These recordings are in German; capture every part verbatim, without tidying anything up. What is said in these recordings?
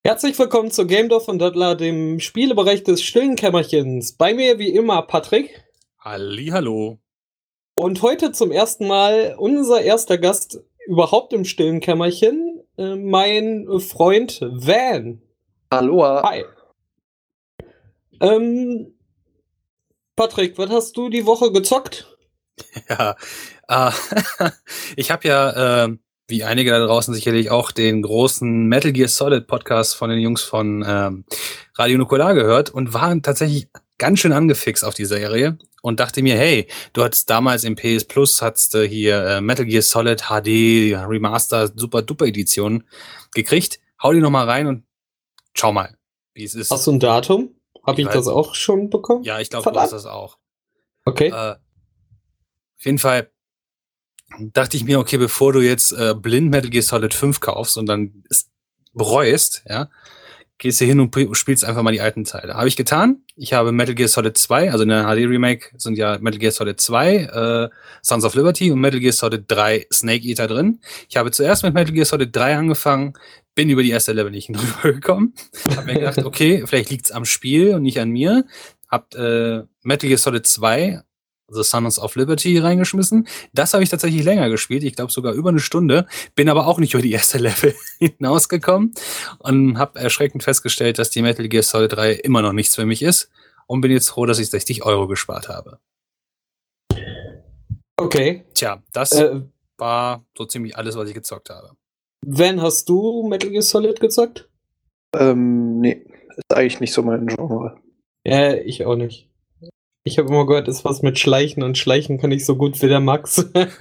Herzlich willkommen zu Gamedorf und Döttler, dem Spielebereich des stillen Kämmerchens. Bei mir wie immer Patrick. Hallihallo. Und heute zum ersten Mal unser erster Gast überhaupt im stillen Kämmerchen, äh, mein Freund Van. Hallo. Hi. Ähm, Patrick, was hast du die Woche gezockt? Ja, äh, ich habe ja, äh, wie einige da draußen sicherlich auch, den großen Metal Gear Solid Podcast von den Jungs von ähm, Radio Nukular gehört und war tatsächlich ganz schön angefixt auf die Serie und dachte mir, hey, du hattest damals im P S Plus hattest du hier äh, Metal Gear Solid H D Remaster Super Duper Edition gekriegt. Hau die noch mal rein und schau mal, wie es ist. Hast du ein Datum? Habe ich, Ich ich das auch schon bekommen? Ja, ich glaube, du hast das auch. Okay. Äh, auf jeden Fall dachte ich mir, okay, bevor du jetzt äh, blind Metal Gear Solid fünf kaufst und dann es bereust, ja, gehst du hin und spielst einfach mal die alten Teile. Habe ich getan. Ich habe Metal Gear Solid zwei, also in der H D-Remake sind ja Metal Gear Solid zwei, äh, Sons of Liberty und Metal Gear Solid drei Snake Eater drin. Ich habe zuerst mit Metal Gear Solid drei angefangen, bin über die erste Level nicht rübergekommen. Hab mir gedacht, okay, vielleicht liegt's am Spiel und nicht an mir. Hab äh, Metal Gear Solid zwei, The Sons of Liberty, reingeschmissen. Das habe ich tatsächlich länger gespielt. Ich glaube sogar über eine Stunde. Bin aber auch nicht über die erste Level hinausgekommen und habe erschreckend festgestellt, dass die Metal Gear Solid drei immer noch nichts für mich ist und bin jetzt froh, dass ich sechzig Euro gespart habe. Okay. Tja, das äh, war so ziemlich alles, was ich gezockt habe. Van, hast du Metal Gear Solid gezockt? Ähm, nee, ist eigentlich nicht so mein Genre. Ja, ich auch nicht. Ich habe immer gehört, ist was mit Schleichen und Schleichen kann ich so gut wie der Max.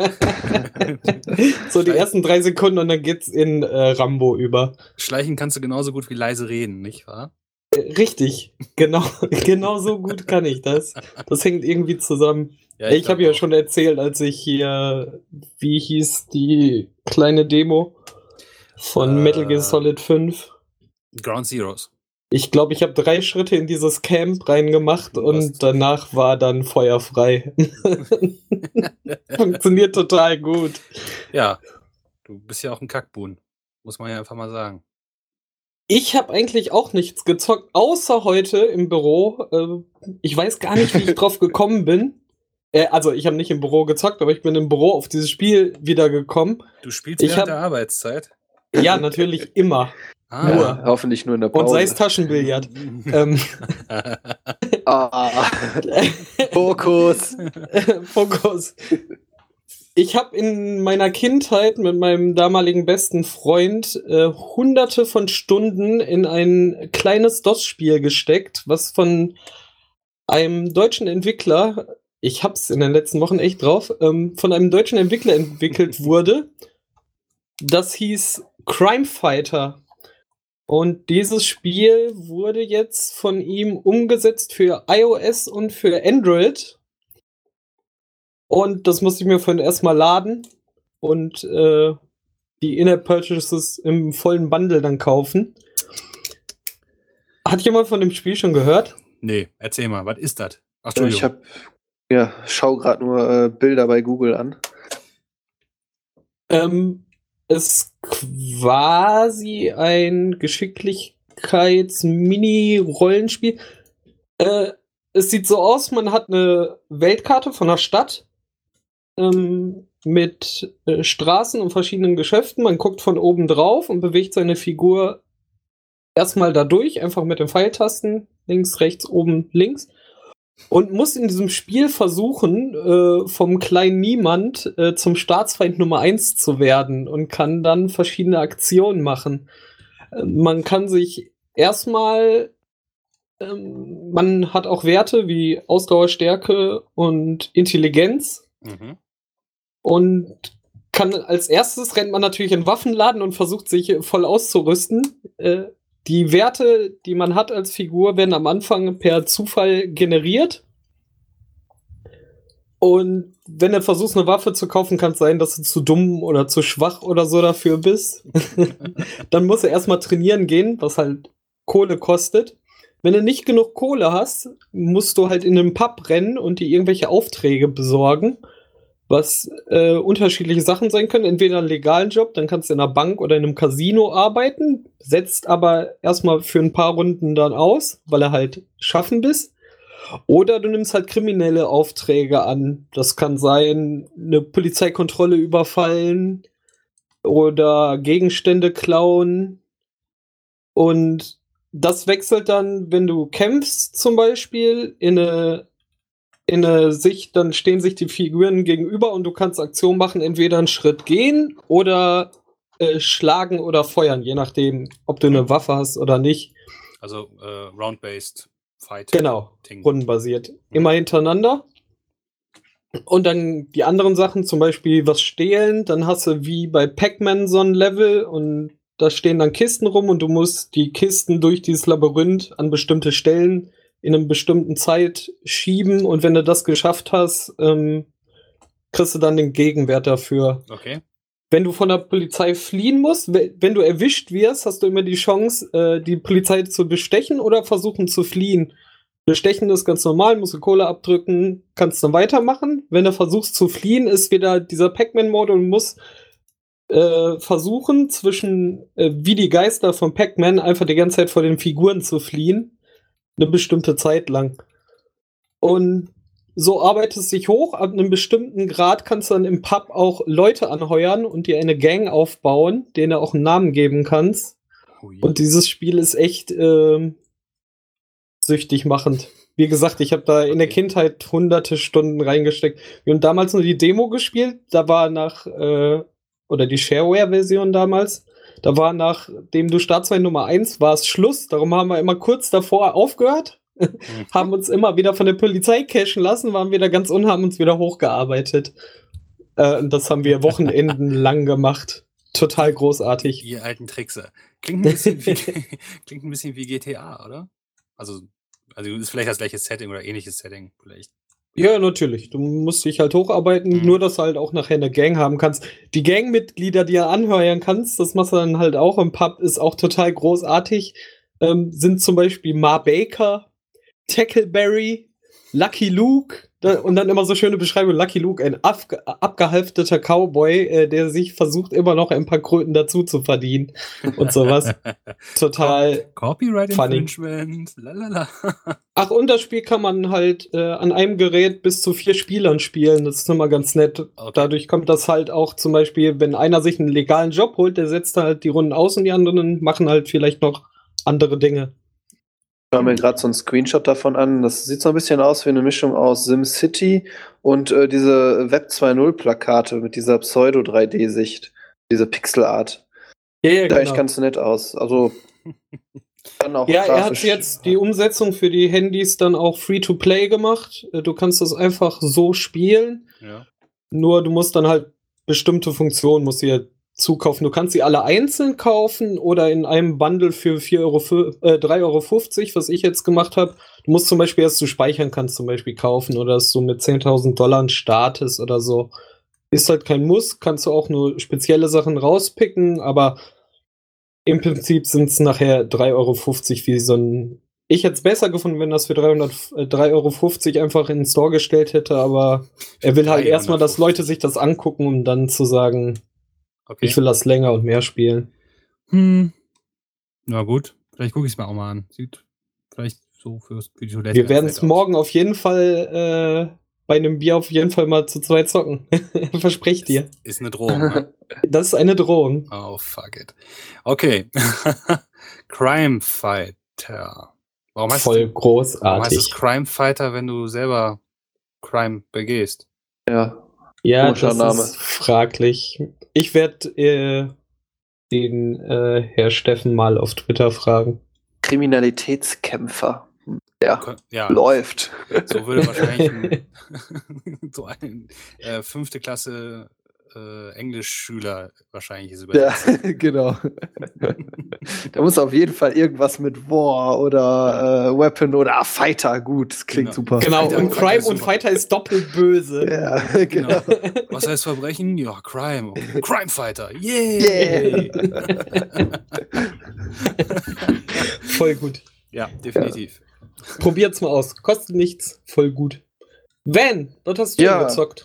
So die ersten drei Sekunden und dann geht's in äh, Rambo über. Schleichen kannst du genauso gut wie leise reden, nicht wahr? Äh, richtig, genau, genau so gut kann ich das. Das hängt irgendwie zusammen. Ja, ich ich habe ja auch. schon erzählt, als ich hier, wie hieß die kleine Demo von Äh, Metal Gear Solid fünf? Ground Zeroes. Ich glaube, ich habe drei Schritte in dieses Camp reingemacht und danach war dann feuerfrei. Funktioniert total gut. Ja, du bist ja auch ein Kackbuhn. Muss man ja einfach mal sagen. Ich habe eigentlich auch nichts gezockt, außer heute im Büro. Äh, ich weiß gar nicht, wie ich drauf gekommen bin. Äh, also, ich habe nicht im Büro gezockt, aber ich bin im Büro auf dieses Spiel wiedergekommen. Du spielst während hab, der Arbeitszeit? Ja, natürlich immer. Ah, nur. Ja, hoffentlich nur in der Pause. Und sei es Taschenbillard. ähm. ah, Fokus. Fokus. Ich habe in meiner Kindheit mit meinem damaligen besten Freund äh, hunderte von Stunden in ein kleines DOS-Spiel gesteckt, was von einem deutschen Entwickler, ich hab's in den letzten Wochen echt drauf, ähm, von einem deutschen Entwickler entwickelt wurde. Das hieß Crime Fighter. Und dieses Spiel wurde jetzt von ihm umgesetzt für iOS und für Android. Und das musste ich mir vorhin erstmal laden und äh, die In-App-Purchases im vollen Bundle dann kaufen. Hat jemand von dem Spiel schon gehört? Nee, erzähl mal, was ist das? Ach, Ja, ich hab, ja, schau gerade nur äh, Bilder bei Google an. Ähm, ist quasi ein Geschicklichkeits-Mini-Rollenspiel. Äh, es sieht so aus, man hat eine Weltkarte von einer Stadt ähm, mit äh, Straßen und verschiedenen Geschäften. Man guckt von oben drauf und bewegt seine Figur erstmal da durch, einfach mit den Pfeiltasten, links, rechts, oben, links. Und muss in diesem Spiel versuchen, äh, vom kleinen Niemand äh, zum Staatsfeind Nummer eins zu werden und kann dann verschiedene Aktionen machen. Äh, man kann sich erstmal, ähm, man hat auch Werte wie Ausdauer, Stärke und Intelligenz. Mhm. Und kann als erstes rennt man natürlich in den Waffenladen und versucht sich voll auszurüsten. Äh, Die Werte, die man hat als Figur, werden am Anfang per Zufall generiert. Und wenn du versuchst, eine Waffe zu kaufen, kann es sein, dass du zu dumm oder zu schwach oder so dafür bist. Dann musst du erstmal trainieren gehen, was halt Kohle kostet. Wenn du nicht genug Kohle hast, musst du halt in einen Pub rennen und dir irgendwelche Aufträge besorgen. was äh, unterschiedliche Sachen sein können. Entweder einen legalen Job, dann kannst du in einer Bank oder in einem Casino arbeiten, setzt aber erstmal für ein paar Runden dann aus, weil er halt schaffen bist. Oder du nimmst halt kriminelle Aufträge an. Das kann sein, eine Polizeikontrolle überfallen oder Gegenstände klauen. Und das wechselt dann, wenn du kämpfst zum Beispiel, in eine in eine Sicht, dann stehen sich die Figuren gegenüber und du kannst Aktionen machen, entweder einen Schritt gehen oder äh, schlagen oder feuern, je nachdem, ob du eine Waffe hast oder nicht. Also äh, round-based Fight. Genau, Ding. rundenbasiert. Immer hintereinander. Und dann die anderen Sachen, zum Beispiel was stehlen, dann hast du wie bei Pac-Man so ein Level und da stehen dann Kisten rum und du musst die Kisten durch dieses Labyrinth an bestimmte Stellen in einer bestimmten Zeit schieben und wenn du das geschafft hast, ähm, kriegst du dann den Gegenwert dafür. Okay. Wenn du von der Polizei fliehen musst, wenn du erwischt wirst, hast du immer die Chance, äh, die Polizei zu bestechen oder versuchen zu fliehen. Bestechen ist ganz normal, musst du Kohle abdrücken, kannst dann weitermachen. Wenn du versuchst zu fliehen, ist wieder dieser Pac-Man-Mode und musst äh, versuchen, zwischen äh, wie die Geister von Pac-Man einfach die ganze Zeit vor den Figuren zu fliehen. Eine bestimmte Zeit lang. Und so arbeitet es sich hoch. Ab einem bestimmten Grad kannst du dann im Pub auch Leute anheuern und dir eine Gang aufbauen, denen du auch einen Namen geben kannst. Ui. Und dieses Spiel ist echt äh, süchtig machend. Wie gesagt, ich habe da in der Kindheit hunderte Stunden reingesteckt. Wir haben damals nur die Demo gespielt. Da war nach, äh, oder die Shareware-Version damals, da war nachdem du Startzeit Nummer eins warst, Schluss. Darum haben wir immer kurz davor aufgehört, haben uns immer wieder von der Polizei cashen lassen, waren wieder ganz unten, haben uns wieder hochgearbeitet. Äh, und das haben wir Wochenenden lang gemacht. Total großartig. Ihr alten Trickser. Klingt ein bisschen wie, klingt ein bisschen wie G T A, oder? Also, also ist vielleicht das gleiche Setting oder ähnliches Setting, vielleicht. Ja, natürlich. Du musst dich halt hocharbeiten, Mhm. nur dass du halt auch nachher eine Gang haben kannst. Die Gangmitglieder, die du anheuern kannst, das machst du dann halt auch im Pub, ist auch total großartig. Ähm, sind zum Beispiel Ma Baker, Tackleberry, Lucky Luke da, und dann immer so schöne Beschreibung. Lucky Luke, ein abge abgehalfterter Cowboy, äh, der sich versucht, immer noch ein paar Kröten dazu zu verdienen und sowas. Total. Copyright funny. Infringement, lalala. Ach, und das Spiel kann man halt äh, an einem Gerät bis zu vier Spielern spielen. Das ist immer ganz nett. Okay. Dadurch kommt das halt auch zum Beispiel, wenn einer sich einen legalen Job holt, der setzt halt die Runden aus und die anderen machen halt vielleicht noch andere Dinge. Ich schaue mir gerade so einen Screenshot davon an. Das sieht so ein bisschen aus wie eine Mischung aus SimCity und äh, diese Web zwei Punkt null Plakate mit dieser Pseudo-drei D-Sicht. Diese Pixelart. Ja, ja, Sieht genau. eigentlich ganz nett aus. Also dann auch Ja, er hat grafisch- jetzt die Umsetzung für die Handys dann auch Free-to-Play gemacht. Äh, Du kannst das einfach so spielen. Ja. Nur du musst dann halt bestimmte Funktionen musst dir zukaufen. Du kannst sie alle einzeln kaufen oder in einem Bundle für vier Euro, äh, drei Euro fünfzig, was ich jetzt gemacht habe. Du musst zum Beispiel, dass du speichern kannst, zum Beispiel kaufen oder dass du mit zehntausend Dollar startest oder so. Ist halt kein Muss, kannst du auch nur spezielle Sachen rauspicken, aber im Prinzip sind es nachher drei Euro fünfzig wie so ein. Ich hätte es besser gefunden, wenn das für dreihundert, äh, drei Euro fünfzig einfach in den Store gestellt hätte, aber er will halt erstmal, dass Leute sich das angucken, um dann zu sagen, Okay. ich will das länger und mehr spielen. Hm. Na gut, vielleicht gucke ich es mir auch mal an. Sieht vielleicht so fürs für die Toilette Wir ganz werden nett es aus. morgen auf jeden Fall äh, bei einem Bier auf jeden Fall mal zu zweit zocken. Versprech dir. Ist, ist eine Drohung, ne? Das ist eine Drohung. Oh, fuck it. Okay. Crime Fighter. Warum heißt, Voll es, warum heißt es großartig. Crime Fighter, wenn du selber Crime begehst? Ja. Ja, Komischer das Name. ist fraglich. Ich werde äh, den äh, Herr Steffen mal auf Twitter fragen. Kriminalitätskämpfer. Ja, Kön- Ja, läuft. so würde wahrscheinlich ein, so ein äh, fünfte Klasse äh, Englischschüler wahrscheinlich es Ja, übersetzen. genau. Da muss auf jeden Fall irgendwas mit War oder äh, Weapon oder ah, Fighter. Gut, das klingt Genau. super. Genau, Fighter- und Fighter Crime ist und super. Fighter ist doppelt böse. Ja, genau. Was heißt Verbrechen? Ja, Crime. Okay. Crime Fighter. Yay! Voll gut. Ja, definitiv. Probiert's mal aus. Kostet nichts. Voll gut. Van, was hast du Ja. gezockt?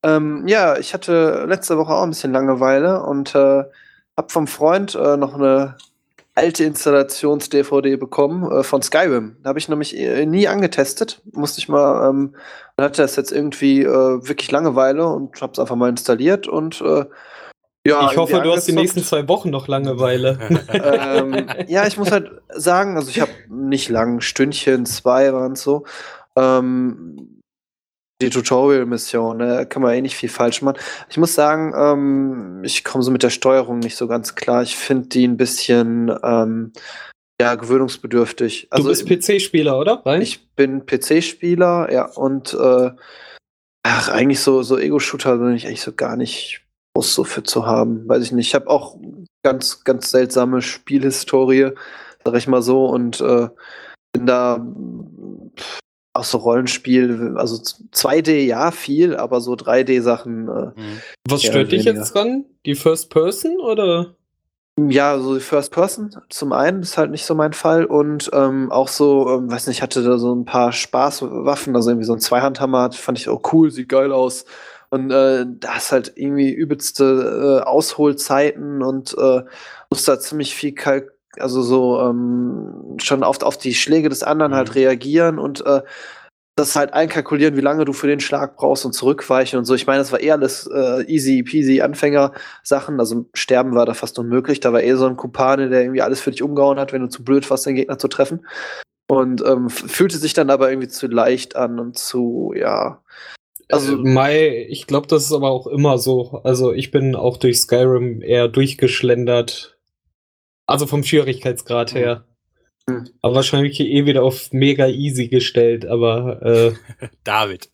Ähm, ja, ich hatte letzte Woche auch ein bisschen Langeweile und äh, hab vom Freund äh, noch eine alte Installations-D V D bekommen äh, von Skyrim. Da habe ich nämlich äh, nie angetestet. Musste ich mal, ähm, dann hatte das jetzt irgendwie äh, wirklich Langeweile und hab's einfach mal installiert und äh, ja, ich hoffe, irgendwie du hast die angezockt. nächsten zwei Wochen noch Langeweile. ähm, ja, ich muss halt sagen, also ich habe nicht lang, Stündchen, zwei waren es so. Ähm, die Tutorial-Mission, ne, kann man eh nicht viel falsch machen. Ich muss sagen, ähm, ich komme so mit der Steuerung nicht so ganz klar. Ich finde die ein bisschen ähm, ja, gewöhnungsbedürftig. Also, du bist P C-Spieler, oder? Rein? Ich bin P C-Spieler, ja, und äh, ach, eigentlich so, so Ego-Shooter bin ich eigentlich so gar nicht muss so für zu haben. Weiß ich nicht. Ich habe auch ganz, ganz seltsame Spielhistorie, sag ich mal so, und äh, bin da pff, auch so Rollenspiel, also zwei D ja viel, aber so drei D-Sachen. Äh, Was eher stört dich weniger. jetzt dran? Die First Person oder? Ja, so die First Person zum einen ist halt nicht so mein Fall und ähm, auch so, ähm, weiß nicht, ich hatte da so ein paar Spaßwaffen, also irgendwie so ein Zweihandhammer, fand ich auch cool, sieht geil aus. Und äh, da ist halt irgendwie übelste äh, Ausholzeiten und äh, muss da ziemlich viel kalk also so ähm, schon oft auf die Schläge des anderen Mhm. halt reagieren und äh, das halt einkalkulieren, wie lange du für den Schlag brauchst und zurückweichen und so. Ich meine, das war eher alles äh, easy peasy Anfänger-Sachen. Also Sterben war da fast unmöglich. Da war eh so ein Kumpane, der irgendwie alles für dich umgehauen hat, wenn du zu blöd warst, den Gegner zu treffen. Und ähm, fühlte sich dann aber irgendwie zu leicht an und zu, ja. Also, Also, Mai, ich glaube, das ist aber auch immer so. Also, ich bin auch durch Skyrim eher durchgeschlendert. Also vom Schwierigkeitsgrad her. Hm. Aber wahrscheinlich eh wieder auf mega easy gestellt, aber äh, David.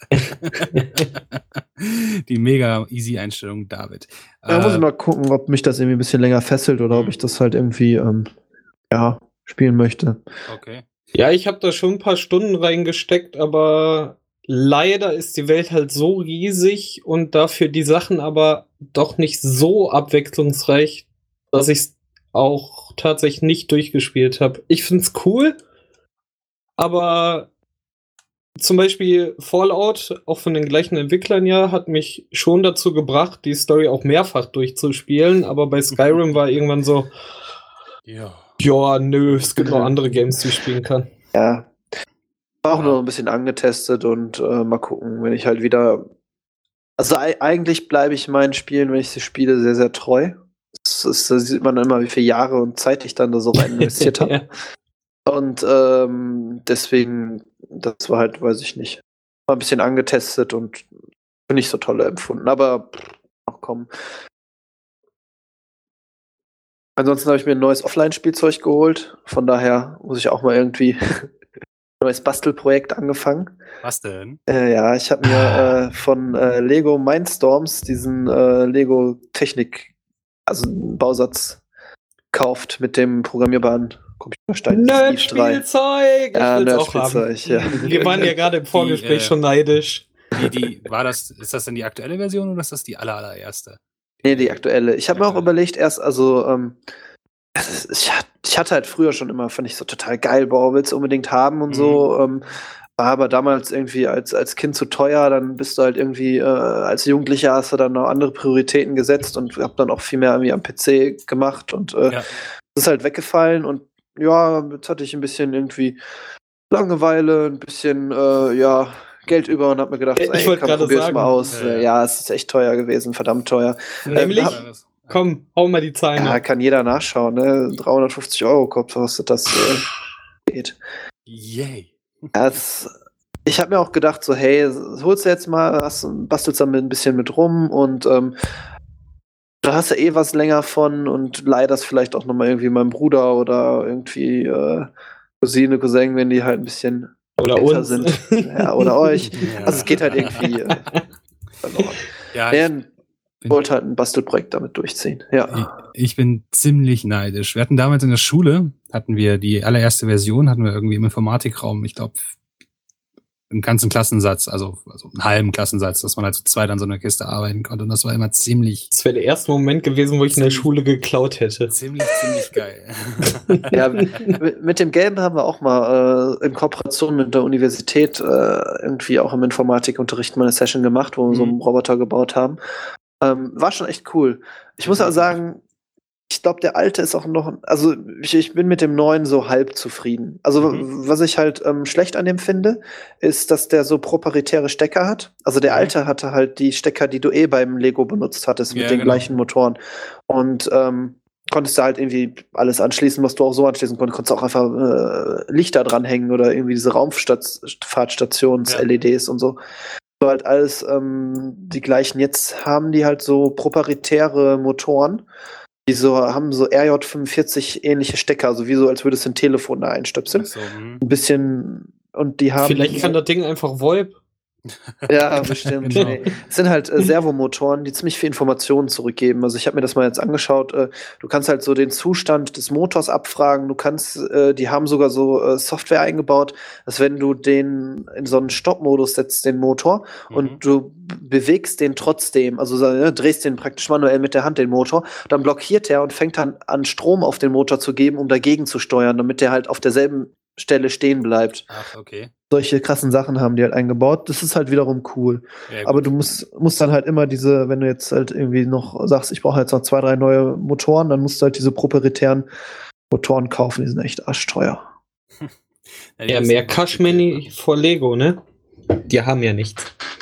Die mega easy Einstellung David. Da muss ich Äh, mal gucken, ob mich das irgendwie ein bisschen länger fesselt oder ob Mhm. ich das halt irgendwie, ähm, ja, spielen möchte. okay. ja, ich habe da schon ein paar Stunden reingesteckt, aber leider ist die Welt halt so riesig und dafür die Sachen aber doch nicht so abwechslungsreich, dass ich es auch tatsächlich nicht durchgespielt habe. Ich find's cool, aber zum Beispiel Fallout, auch von den gleichen Entwicklern ja, hat mich schon dazu gebracht, die Story auch mehrfach durchzuspielen, aber bei Skyrim war irgendwann so, Ja. ja, nö, es gibt noch andere Games, die ich spielen kann. ja. War auch Ja. nur ein bisschen angetestet und äh, mal gucken, wenn ich halt wieder. Also ei- eigentlich bleibe ich meinen Spielen, wenn ich sie spiele, sehr, sehr treu. Das, ist, da sieht man immer, wie viele Jahre und Zeit ich dann da so rein investiert habe. Ja. Und ähm, deswegen, das war halt, weiß ich nicht, war ein bisschen angetestet und nicht so toll empfunden. Aber pff, ach komm. Ansonsten habe ich mir ein neues Offline-Spielzeug geholt. Von daher muss ich auch mal irgendwie ein neues Bastelprojekt angefangen. Was denn? Äh, ja, ich habe mir äh, von äh, Lego Mindstorms diesen äh, Lego Technik, also einen Bausatz gekauft mit dem programmierbaren Computerstein. Nerd-Spielzeug! Ja, Ich will's auch haben. Nerd-Spielzeug, ja. Wir waren ja gerade im Vorgespräch Die, äh, schon neidisch. Die, die, war das, ist das denn die aktuelle Version oder ist das die aller, allererste? Nee, die aktuelle. Ich habe mir auch Aktuelle. überlegt, erst, also, ähm, das ist- ich, hat- ich hatte halt früher schon immer, fand ich so total geil, boah, willst du unbedingt haben und Mhm. so. Ähm, war aber damals irgendwie als, als Kind zu teuer, dann bist du halt irgendwie, äh, als Jugendlicher hast du dann noch andere Prioritäten gesetzt und hab dann auch viel mehr irgendwie am P C gemacht und äh, Ja. das ist halt weggefallen und ja, jetzt hatte ich ein bisschen irgendwie Langeweile, ein bisschen, äh, ja, Geld über und hab mir gedacht, Ich ey, wollte komm, gerade probier's sagen. mal aus. Ja, ja. Äh, Ja, es ist echt teuer gewesen, verdammt teuer. Nämlich, hab- komm, hau mal die Zahlen Ja, ab. kann jeder nachschauen, ne? dreihundertfünfzig Euro kostet das. Äh, geht. Yay. Ja, es, ich habe mir auch gedacht, so, hey, holst du jetzt mal, hast, bastelst damit ein bisschen mit rum und ähm, da hast du eh was länger von und leihst vielleicht auch nochmal irgendwie meinem Bruder oder irgendwie äh, Cousine, Cousin, wenn die halt ein bisschen Oder älter uns. sind. Ja, oder euch. Ja. Also es geht halt irgendwie äh, verloren. Ja, Ja, ich, ich wollte halt ein Bastelprojekt damit durchziehen. Ja. ich, ich bin ziemlich neidisch. Wir hatten damals in der Schule, hatten wir die allererste Version, hatten wir irgendwie im Informatikraum, ich glaube, einen ganzen Klassensatz, also, also einen halben Klassensatz, dass man halt zu zweit an so einer Kiste arbeiten konnte. Und das war immer ziemlich, Das wäre der erste Moment gewesen, wo ich in der Schule geklaut hätte. ziemlich, ziemlich geil. Ja, mit, mit dem Gelben haben wir auch mal äh, in Kooperation mit der Universität äh, irgendwie auch im Informatikunterricht mal eine Session gemacht, wo wir so einen Mhm. Roboter gebaut haben. Ähm, war schon echt cool. Ich muss aber sagen, ich glaube, der alte ist auch noch, also ich, ich bin mit dem neuen so halb zufrieden. Also Mhm. was ich halt ähm, schlecht an dem finde, ist, dass der so proprietäre Stecker hat. Also der Mhm. alte hatte halt die Stecker, die du eh beim Lego benutzt hattest, mit Ja, den genau. gleichen Motoren. Und ähm, konntest du halt irgendwie alles anschließen, was du auch so anschließen konntest. Konntest auch einfach äh, Lichter dranhängen oder irgendwie diese Raumfahrtstations-L E Ds und so. So halt alles ähm, die gleichen. Jetzt haben die halt so proprietäre Motoren. Die so, haben so R J fünfundvierzig ähnliche Stecker, also wie so, als würdest du ein Telefon da einstöpseln. Ach so, mhm. Ein bisschen, und die haben. Vielleicht kann das Ding einfach VoIP. Ja, bestimmt. Genau. Nee. Es sind halt äh, Servomotoren, die ziemlich viel Informationen zurückgeben. Also ich habe mir das mal jetzt angeschaut. Äh, du kannst halt so den Zustand des Motors abfragen. Du kannst, äh, die haben sogar so äh, Software eingebaut, dass wenn du den in so einen Stoppmodus setzt, den Motor, Mhm. und du b- bewegst den trotzdem, also so, ne, drehst den praktisch manuell mit der Hand, den Motor, dann blockiert er und fängt dann an, Strom auf den Motor zu geben, um dagegen zu steuern, damit der halt auf derselben Stelle stehen bleibt. Ach, okay. Solche krassen Sachen haben die halt eingebaut. Das ist halt wiederum cool. Ja, Aber gut. du musst, musst dann halt immer diese, wenn du jetzt halt irgendwie noch sagst, ich brauche jetzt noch zwei, drei neue Motoren, dann musst du halt diese proprietären Motoren kaufen, die sind echt arschteuer. die Ja, müssen mehr auch was Cash geklärt Money machen. vor Lego, ne? Die haben ja nichts.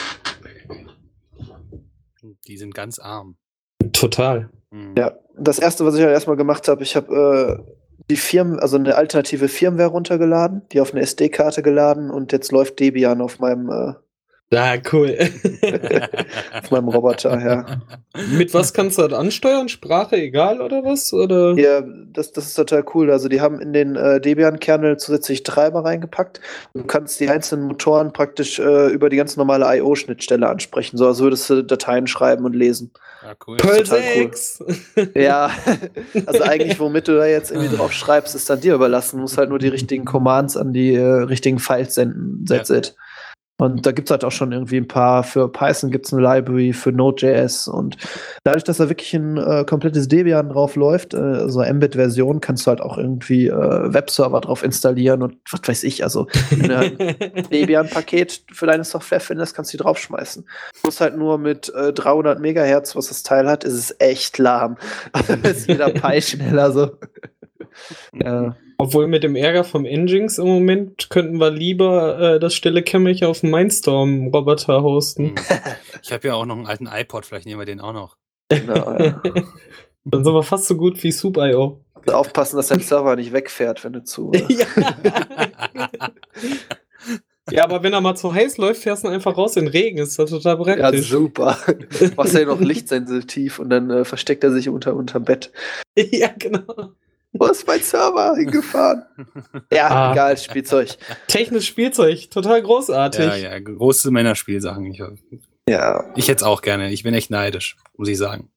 Die sind ganz arm. Total. Mhm. Ja, das erste, was ich halt erstmal gemacht habe, ich habe äh, die Firmen, also eine alternative Firmware runtergeladen, die auf eine S D-Karte geladen, und jetzt läuft Debian auf meinem, äh, Ah, cool. auf meinem Roboter, ja. Mit was kannst du das ansteuern? Sprache egal oder was? Oder? Ja, das, das ist total cool. Also die haben in den äh, Debian-Kernel zusätzlich Treiber reingepackt. Du kannst die einzelnen Motoren praktisch äh, über die ganz normale I O-Schnittstelle ansprechen, so als würdest du Dateien schreiben und lesen. Ah, cool. Perl total cool. sechs. Ja, also eigentlich, womit du da jetzt irgendwie drauf schreibst, ist dann dir überlassen. Du musst halt nur die richtigen Commands an die äh, richtigen Files senden. That's Ja. it. Und da gibt's halt auch schon irgendwie ein paar, für Python gibt's eine Library, für Node.js, und dadurch, dass da wirklich ein äh, komplettes Debian drauf läuft, äh, so Mbed-Version, kannst du halt auch irgendwie äh, Webserver drauf installieren und was weiß ich, also wenn du halt ein Debian-Paket für deine Software findest, kannst du die draufschmeißen. Du musst halt nur mit äh, dreihundert Megahertz, was das Teil hat, ist es echt lahm. Also ist jeder Pi schneller so. Ja. Obwohl mit dem Ärger vom Nginx im Moment könnten wir lieber äh, das stille Kämmerchen auf dem Mindstorm-Roboter hosten. Mhm. Ich habe ja auch noch einen alten iPod, vielleicht nehmen wir den auch noch. Genau, ja. Dann sind wir fast so gut wie Soup Punkt I O. Aufpassen, dass dein Server nicht wegfährt, wenn du zu. ja. ja, aber wenn er mal zu heiß läuft, fährst du ihn einfach raus in den Regen. Ist das total Ja, praktisch. super. Machst ja noch lichtsensitiv und dann äh, versteckt er sich unter unterm Bett. Ja, genau. Wo ist mein Server hingefahren? Ja, Ah. egal, Spielzeug. Technisches Spielzeug, total großartig. Ja, ja, große Männerspielsachen. Ich, Ja. ich hätte es auch gerne. Ich bin echt neidisch, muss ich sagen.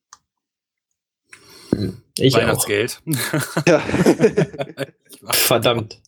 Ich auch. Weihnachtsgeld. Ja. Ich war- Verdammt.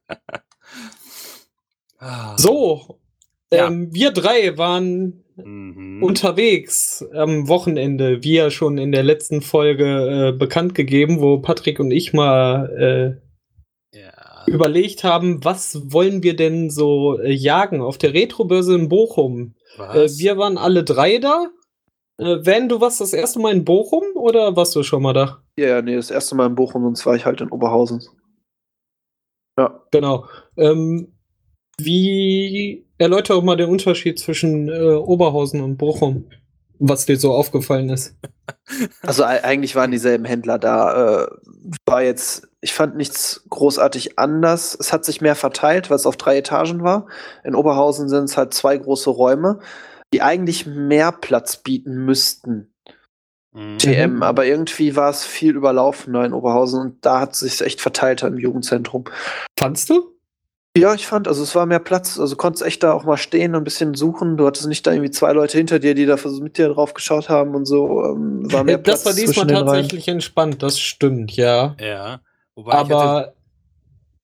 Ah. So, Ja. ähm, wir drei waren Mhm. unterwegs am Wochenende, wie ja schon in der letzten Folge äh, bekannt gegeben, wo Patrick und ich mal äh, Ja. überlegt haben, was wollen wir denn so äh, jagen auf der Retrobörse in Bochum. Äh, Was? wir waren alle drei da. Äh, Van, du warst das erste Mal in Bochum oder warst du schon mal da? Ja, ja, nee, das erste Mal in Bochum, sonst war ich halt in Oberhausen. Ja. Genau. Ähm, wie erläutere mal den Unterschied zwischen äh, Oberhausen und Bochum, was dir so aufgefallen ist. Also e- eigentlich waren dieselben Händler da. Äh, war jetzt, ich fand nichts großartig anders. Es hat sich mehr verteilt, weil es auf drei Etagen war. In Oberhausen sind es halt zwei große Räume, die eigentlich mehr Platz bieten müssten. Mhm. T M, aber irgendwie war es viel überlaufener in Oberhausen und da hat es sich echt verteilt im Jugendzentrum. Fandst du? Ja, ich fand, also es war mehr Platz, also konntest echt da auch mal stehen und ein bisschen suchen. Du hattest nicht da irgendwie zwei Leute hinter dir, die da vers- mit dir drauf geschaut haben und so. Ähm, war mehr Platz Das war diesmal zwischen den Reihen. tatsächlich entspannt, das stimmt, ja. Ja. Wobei ich hatte, Aber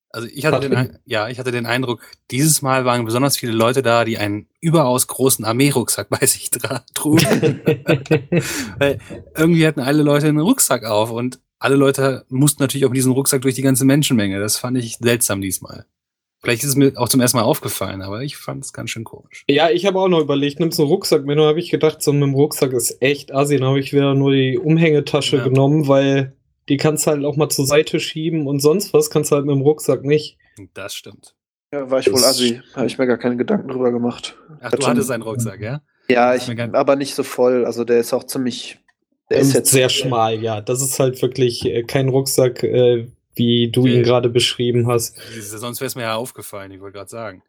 Also ich hatte, den, Ein- ja, ich hatte den Eindruck, dieses Mal waren besonders viele Leute da, die einen überaus großen Armeerucksack bei sich tra- trugen. Weil irgendwie hatten alle Leute einen Rucksack auf und alle Leute mussten natürlich auch mit diesem Rucksack durch die ganze Menschenmenge. Das fand ich seltsam diesmal. Vielleicht ist es mir auch zum ersten Mal aufgefallen, aber ich fand es ganz schön komisch. Ja, ich habe auch noch überlegt, nimmst du einen Rucksack mit? Und habe ich gedacht, so mit dem Rucksack ist echt assi. Dann habe ich wieder nur die Umhängetasche Ja. genommen, weil die kannst du halt auch mal zur Seite schieben und sonst was kannst du halt mit dem Rucksack nicht. Das stimmt. Ja, war ich wohl Das- assi. Habe ich mir gar keine Gedanken drüber gemacht. Ach, Hat du schon- hattest einen Rucksack, ja? Ja, Das ist ich, mir gar- aber nicht so voll. Also der ist auch ziemlich. Der Ähm, ist jetzt sehr schmal, ja. Das ist halt wirklich äh, kein Rucksack, äh, wie du ihn Okay. gerade beschrieben hast. Sonst wäre es mir ja aufgefallen, ich wollte gerade sagen.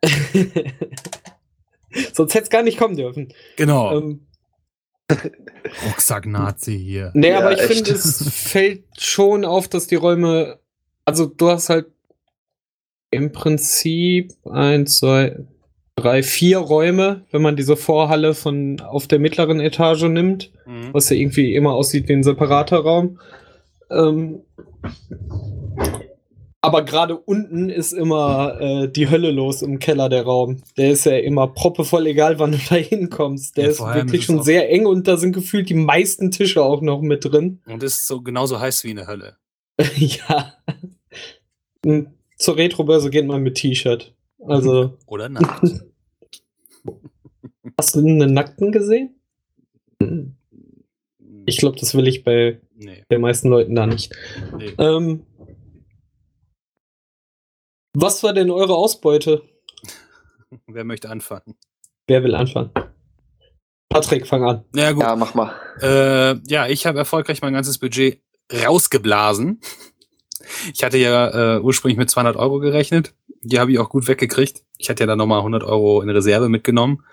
Sonst hätte es gar nicht kommen dürfen. Genau. Ähm, Rucksack-Nazi hier. nee, Ja, aber ich echt. finde, es fällt schon auf, dass die Räume, also du hast halt im Prinzip eins, zwei, drei, vier Räume, wenn man diese Vorhalle von auf der mittleren Etage nimmt, Mhm. was ja irgendwie immer aussieht wie ein separater Raum. Ähm, aber gerade unten ist immer äh, die Hölle los im Keller, der Raum. Der ist ja immer proppevoll, egal wann du da hinkommst. Der Ja, ist vor allem wirklich ist es schon auch- sehr eng und da sind gefühlt die meisten Tische auch noch mit drin. Und ist so genauso heiß wie eine Hölle. Ja. Hm, Zur Retrobörse geht man mit T-Shirt. Also, Oder nackt. hast du einen Nackten gesehen? Ich glaube, das will ich bei Nee, den meisten Leuten da nicht. nee. Ähm, was war denn eure Ausbeute? Wer möchte anfangen? Wer will anfangen? Patrick, fang an. Na ja, gut. Ja, mach mal. Äh, ja, ich habe erfolgreich mein ganzes Budget rausgeblasen. Ich hatte ja äh, ursprünglich mit zweihundert Euro gerechnet. Die habe ich auch gut weggekriegt. Ich hatte ja dann nochmal hundert Euro in Reserve mitgenommen.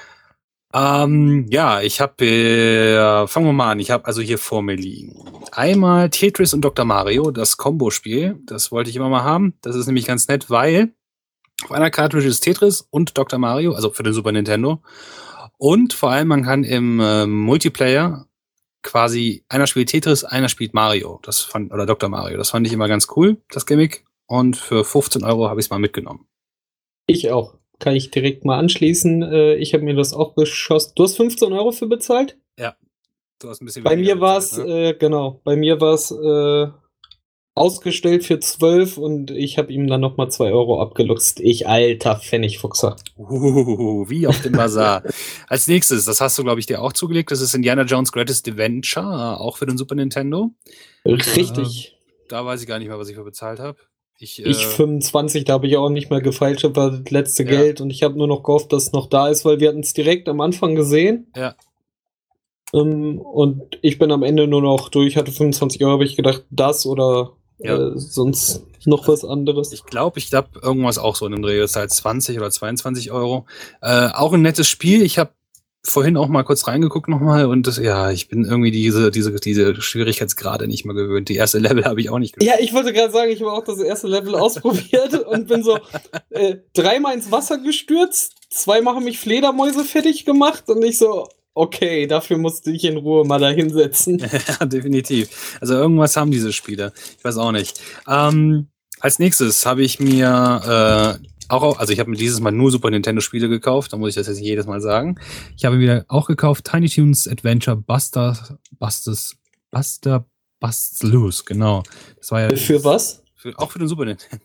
Ähm, ja, ich habe, äh, fangen wir mal an. Ich habe also hier vor mir liegen. Einmal Tetris und Doktor Mario, das Combo-Spiel. Das wollte ich immer mal haben. Das ist nämlich ganz nett, weil auf einer Cartridge ist Tetris und Doktor Mario, also für den Super Nintendo. Und vor allem, man kann im äh, Multiplayer quasi, einer spielt Tetris, einer spielt Mario. Das fand, oder Doktor Mario. Das fand ich immer ganz cool, das Gimmick. Und für fünfzehn Euro habe ich es mal mitgenommen. Ich auch. Kann ich direkt mal anschließen. Äh, ich habe mir das auch geschossen. Du hast fünfzehn Euro für bezahlt? Du hast ein bisschen Bei weniger mir war es, bezahlt, ne? äh, genau, bei mir war es äh, ausgestellt für zwölf und ich habe ihm dann nochmal zwei Euro abgeluchst. Ich, alter Pfennigfuchser. Uhuhuhu, wie auf dem Bazar. Als nächstes, das hast du, glaube ich, dir auch zugelegt, das ist Indiana Jones Greatest Adventure, äh, auch für den Super Nintendo. Richtig. Da weiß ich gar nicht mehr, was ich für bezahlt habe. Ich, Ich äh, fünfundzwanzig, da habe ich auch nicht mehr gefeilscht, das war das letzte Ja. Geld und ich habe nur noch gehofft, dass es noch da ist, weil wir hatten es direkt am Anfang gesehen. Ja. Ähm, und ich bin am Ende nur noch durch, hatte fünfundzwanzig Euro, habe ich gedacht, das oder Ja. äh, sonst noch was anderes. Ich glaube, ich glaube, irgendwas auch so in dem Dreh. Das ist halt zwanzig oder zweiundzwanzig Euro. Äh, auch ein nettes Spiel. Ich habe vorhin auch mal kurz reingeguckt nochmal und das, ja, ich bin irgendwie diese, diese, diese Schwierigkeitsgrade nicht mehr gewöhnt. Die erste Level habe ich auch nicht Ja, ich wollte gerade sagen, ich habe auch das erste Level ausprobiert und bin so äh, dreimal ins Wasser gestürzt, zweimal haben mich Fledermäuse fertig gemacht und ich so, okay, dafür musste ich in Ruhe mal da hinsetzen. Ja, definitiv. Also irgendwas haben diese Spiele. Ich weiß auch nicht. Ähm, als nächstes habe ich mir äh, auch, also ich habe mir dieses Mal nur Super Nintendo Spiele gekauft, da muss ich das jetzt nicht jedes Mal sagen. Ich habe wieder auch gekauft Tiny Toons Adventure Buster, Busters, Buster, Busts Loose, genau. Das war ja Für was? Für, auch für den Super Nintendo.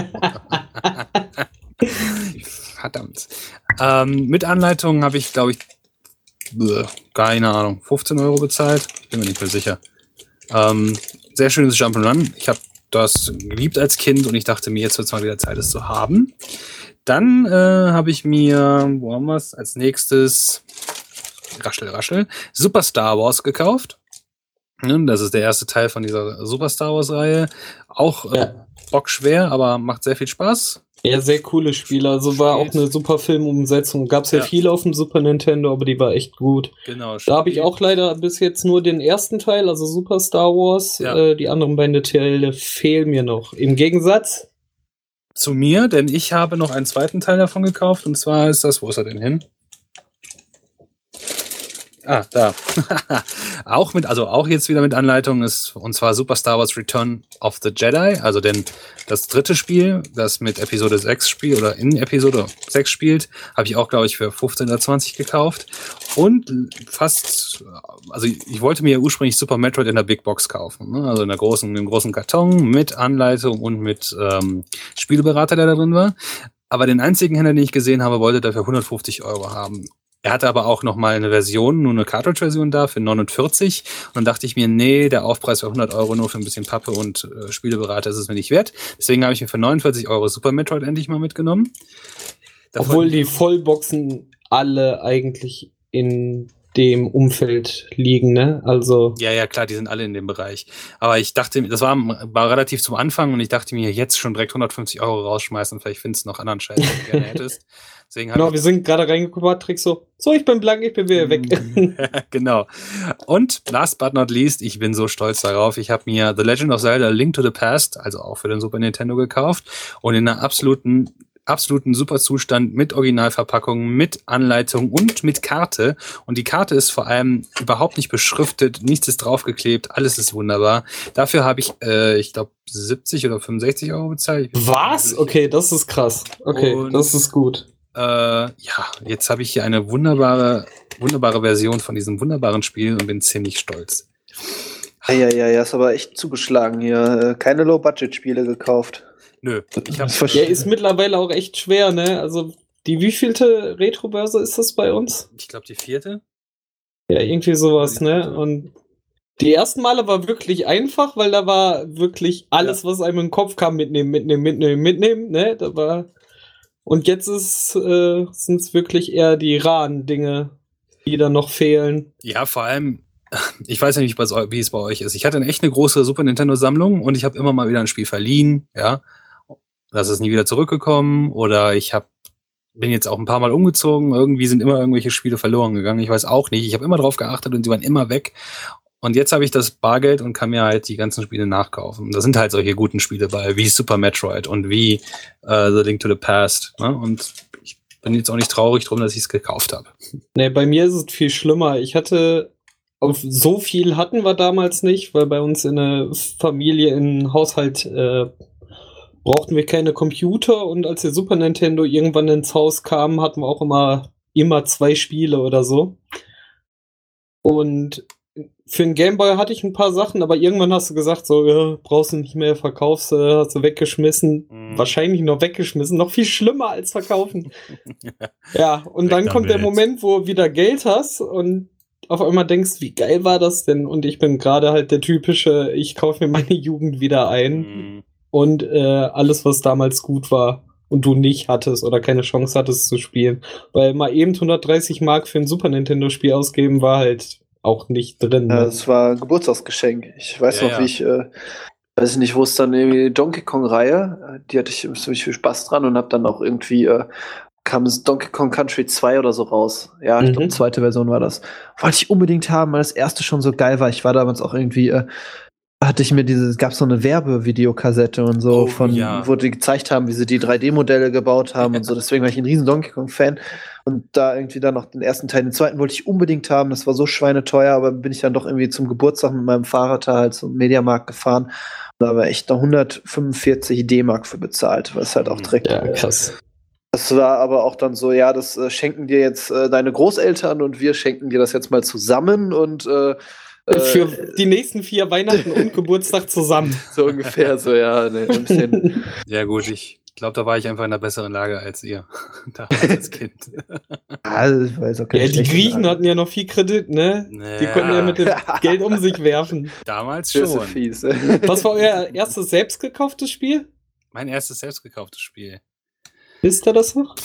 Verdammt. Ähm, mit Anleitung habe ich, glaube ich, bleh, keine Ahnung, fünfzehn Euro bezahlt. Bin mir nicht mehr sicher. Ähm, sehr schönes Jump'n'Run. Ich habe das geliebt als Kind und ich dachte mir, jetzt wird es mal wieder Zeit, es zu haben. Dann äh, habe ich mir, wo haben wir es? Als nächstes, raschel, raschel, Super Star Wars gekauft. Ne, das ist der erste Teil von dieser Super Star Wars Reihe. Auch äh, Ja. bockschwer, aber macht sehr viel Spaß. Ja, sehr coole Spiele. Also war auch Spielt. eine super Filmumsetzung. Gab es ja, Ja. viele auf dem Super Nintendo, aber die war echt gut. Genau. Da habe ich auch leider bis jetzt nur den ersten Teil, also Super Star Wars. Ja. Äh, die anderen beiden Teile fehlen mir noch. Im Gegensatz, zu mir, denn ich habe noch einen zweiten Teil davon gekauft und zwar ist das, wo ist er denn hin? Ah, da. Auch mit, also auch jetzt wieder mit Anleitung ist, und zwar Super Star Wars Return of the Jedi, also denn das dritte Spiel, das mit Episode sechs spielt oder in Episode sechs spielt, habe ich auch, glaube ich, für fünfzehn oder zwanzig gekauft. Und fast, also ich wollte mir ja ursprünglich Super Metroid in der Big Box kaufen, ne? Also in der großen, in dem großen Karton mit Anleitung und mit ähm, Spieleberater, der da drin war. Aber den einzigen Händler, den ich gesehen habe, wollte dafür hundertfünfzig Euro haben. Er hatte aber auch noch mal eine Version, nur eine Cartridge-Version da für neunundvierzig. Und dann dachte ich mir, nee, der Aufpreis für hundert Euro nur für ein bisschen Pappe und äh, Spieleberater ist es mir nicht wert. Deswegen habe ich mir für neunundvierzig Euro Super Metroid endlich mal mitgenommen. Davon Obwohl die Vollboxen alle eigentlich in dem Umfeld liegen, ne? Also. Ja, ja, klar, die sind alle in dem Bereich. Aber ich dachte, das war, war relativ zum Anfang und ich dachte mir, jetzt schon direkt hundertfünfzig Euro rausschmeißen, vielleicht findest du noch anderen Scheiß, den du gerne hättest. Deswegen genau, wir sind gerade reingekommen, Patrick, so, so, ich bin blank, ich bin wieder weg. Genau. Und last but not least, ich bin so stolz darauf, ich habe mir The Legend of Zelda: A Link to the Past, also auch für den Super Nintendo gekauft und in einer absoluten absoluten Superzustand mit Originalverpackung, mit Anleitung und mit Karte. Und die Karte ist vor allem überhaupt nicht beschriftet, nichts ist draufgeklebt, alles ist wunderbar. Dafür habe ich, äh, ich glaube, siebzig oder fünfundsechzig Euro bezahlt. Was? Okay, das ist krass. Okay, und, das ist gut. Äh, ja, jetzt habe ich hier eine wunderbare, wunderbare Version von diesem wunderbaren Spiel und bin ziemlich stolz. Ja, ja, ja, ja, ist aber echt zugeschlagen hier. Keine Low-Budget-Spiele gekauft. Nö, ich hab's Der ist mittlerweile auch echt schwer, ne? Also, die wievielte Retro-Börse ist das bei uns? Ich glaube, die vierte. Ja, irgendwie sowas, ne? Und die ersten Male war wirklich einfach, weil da war wirklich alles, ja. was einem in den Kopf kam, mitnehmen, mitnehmen, mitnehmen, mitnehmen, ne? Da war. Und jetzt ist, äh, sind es wirklich eher die raren Dinge, die da noch fehlen. Ja, vor allem. Ich weiß ja nicht, wie es bei euch ist. Ich hatte eine echt eine große Super Nintendo-Sammlung und ich habe immer mal wieder ein Spiel verliehen, ja. Das ist nie wieder zurückgekommen oder ich hab, bin jetzt auch ein paar Mal umgezogen. Irgendwie sind immer irgendwelche Spiele verloren gegangen. Ich weiß auch nicht. Ich habe immer drauf geachtet und sie waren immer weg. Und jetzt habe ich das Bargeld und kann mir halt die ganzen Spiele nachkaufen. Da sind halt solche guten Spiele bei, wie Super Metroid und wie uh, The Link to the Past. Ne? Und ich bin jetzt auch nicht traurig drum, dass ich es gekauft habe. Nee, bei mir ist es viel schlimmer. Ich hatte, auf so viel hatten wir damals nicht, weil bei uns in der Familie, in Haushalt, äh, brauchten wir keine Computer und als der Super Nintendo irgendwann ins Haus kam, hatten wir auch immer, immer zwei Spiele oder so. Und für den Gameboy hatte ich ein paar Sachen, aber irgendwann hast du gesagt, so, ja, brauchst du nicht mehr, verkaufst du, hast du weggeschmissen. Mhm. Wahrscheinlich noch weggeschmissen, noch viel schlimmer als verkaufen. Ja, und Weg dann kommt der Moment, wo du wieder Geld hast und auf einmal denkst, wie geil war das denn? Und ich bin gerade halt der typische, ich kaufe mir meine Jugend wieder ein. Mhm. Und äh, alles, was damals gut war und du nicht hattest oder keine Chance hattest zu spielen. Weil mal eben hundertdreißig Mark für ein Super Nintendo-Spiel ausgeben, war halt auch nicht drin. Ne? Ja, das war ein Geburtstagsgeschenk. Ich weiß ja, noch, ja. wie ich, äh, weiß nicht, wo es dann irgendwie Donkey Kong-Reihe, die hatte ich ziemlich viel Spaß dran und hab dann auch irgendwie, äh, kam es Donkey Kong Country zwei oder so raus. Ja, ich Mhm. glaube, zweite Version war das. Wollte ich unbedingt haben, weil das erste schon so geil war. Ich war damals auch irgendwie, äh, hatte ich mir diese, gab so eine Werbevideokassette und so, Oh, von, ja. wo die gezeigt haben, wie sie die drei D-Modelle gebaut haben und so. Deswegen war ich ein riesen Donkey Kong-Fan. Und da irgendwie dann noch den ersten Teil, den zweiten wollte ich unbedingt haben. Das war so schweineteuer, aber bin ich dann doch irgendwie zum Geburtstag mit meinem Fahrrad da halt zum Mediamarkt gefahren. Und da habe ich echt noch hundertfünfundvierzig D-Mark für bezahlt, was halt auch direkt. Ja, krass. Das war aber auch dann so, ja, das äh, schenken dir jetzt äh, deine Großeltern und wir schenken dir das jetzt mal zusammen und äh, Für die nächsten vier Weihnachten und Geburtstag zusammen. So ungefähr, so, ja. Ne, ein bisschen. Ja gut, ich glaube, da war ich einfach in einer besseren Lage als ihr. Damals als Kind. Also, ich weiß auch Ja, die Griechen hatten ja noch viel Kredit, ne? Naja. Die konnten ja mit dem Geld um sich werfen. Damals Das ist schon. fies. Was war euer erstes selbst gekauftes Spiel? Mein erstes selbst gekauftes Spiel. Wisst ihr das noch?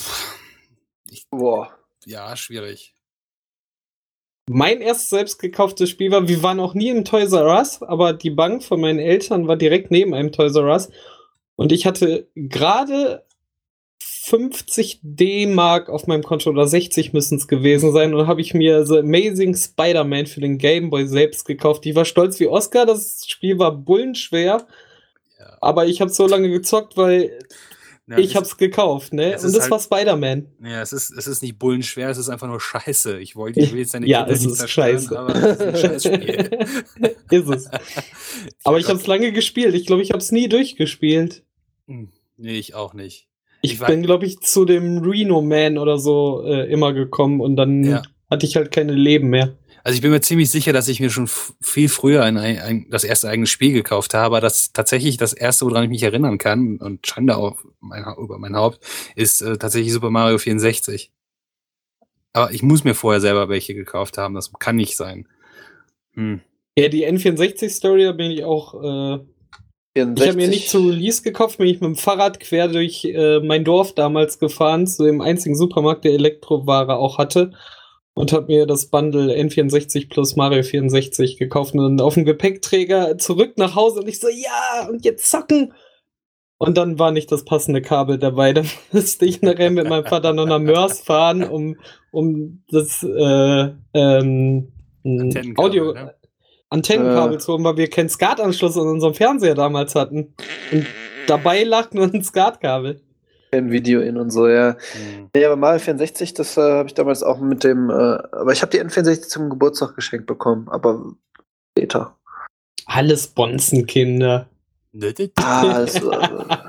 Boah. Ja, schwierig. Mein erstes selbst gekauftes Spiel war, wir waren auch nie im Toys R Us, aber die Bank von meinen Eltern war direkt neben einem Toys R Us. Und ich hatte gerade fünfzig D-Mark auf meinem Konto, oder sechzig müssen es gewesen sein. Und habe ich mir The Amazing Spider-Man für den Game Boy selbst gekauft. Ich war stolz wie Oscar, das Spiel war bullenschwer. Ja. Aber ich habe so lange gezockt, weil Ja, ich es- hab's gekauft, ne? es Und ist das halt- war Spider-Man. Ja, es ist, es ist nicht bullenschwer, es ist einfach nur scheiße. Ich wollte, ich will jetzt deine Ja, Kindheit es nicht ist zerstören, scheiße. aber es ist ein Scheißspiel. Ist es. Aber ich hab hab's lange gespielt. Ich glaube, ich hab's nie durchgespielt. Nee, ich auch nicht. Ich, Ich war- bin, glaube ich, zu dem Reno Man oder so äh, immer gekommen und dann Ja. hatte ich halt keine Leben mehr. Also ich bin mir ziemlich sicher, dass ich mir schon f- viel früher ein, ein, das erste eigene Spiel gekauft habe, aber das tatsächlich das erste, woran ich mich erinnern kann, und Schande auf mein, Ha- über mein Haupt, ist äh, tatsächlich Super Mario vierundsechzig. Aber ich muss mir vorher selber welche gekauft haben, das kann nicht sein. Hm. Ja, die N vierundsechzig-Story, da bin ich auch. Äh, ich habe mir nicht zu Release gekauft, bin ich mit dem Fahrrad quer durch äh, mein Dorf damals gefahren, zu dem einzigen Supermarkt, der Elektroware auch hatte. Und habe mir das Bundle N vierundsechzig plus Mario vierundsechzig gekauft und dann auf dem Gepäckträger zurück nach Hause und ich so, ja, und jetzt zocken. Und dann war nicht das passende Kabel dabei. Dann musste ich nachher mit meinem Vater noch nach Mörs fahren, um, um das äh, ähm, Antennenkabel, Audio ne? Antennenkabel Äh. zu holen, weil wir keinen SCART-Anschluss an unserem Fernseher damals hatten. Und dabei lag nur ein SCART-Kabel. Ein Video in und so, ja. Hm. Nee, aber Mario vierundsechzig, das äh, habe ich damals auch mit dem, äh, aber ich habe die N vierundsechzig zum Geburtstag geschenkt bekommen, aber später. Alles Bonzenkinder. Ah, das, äh,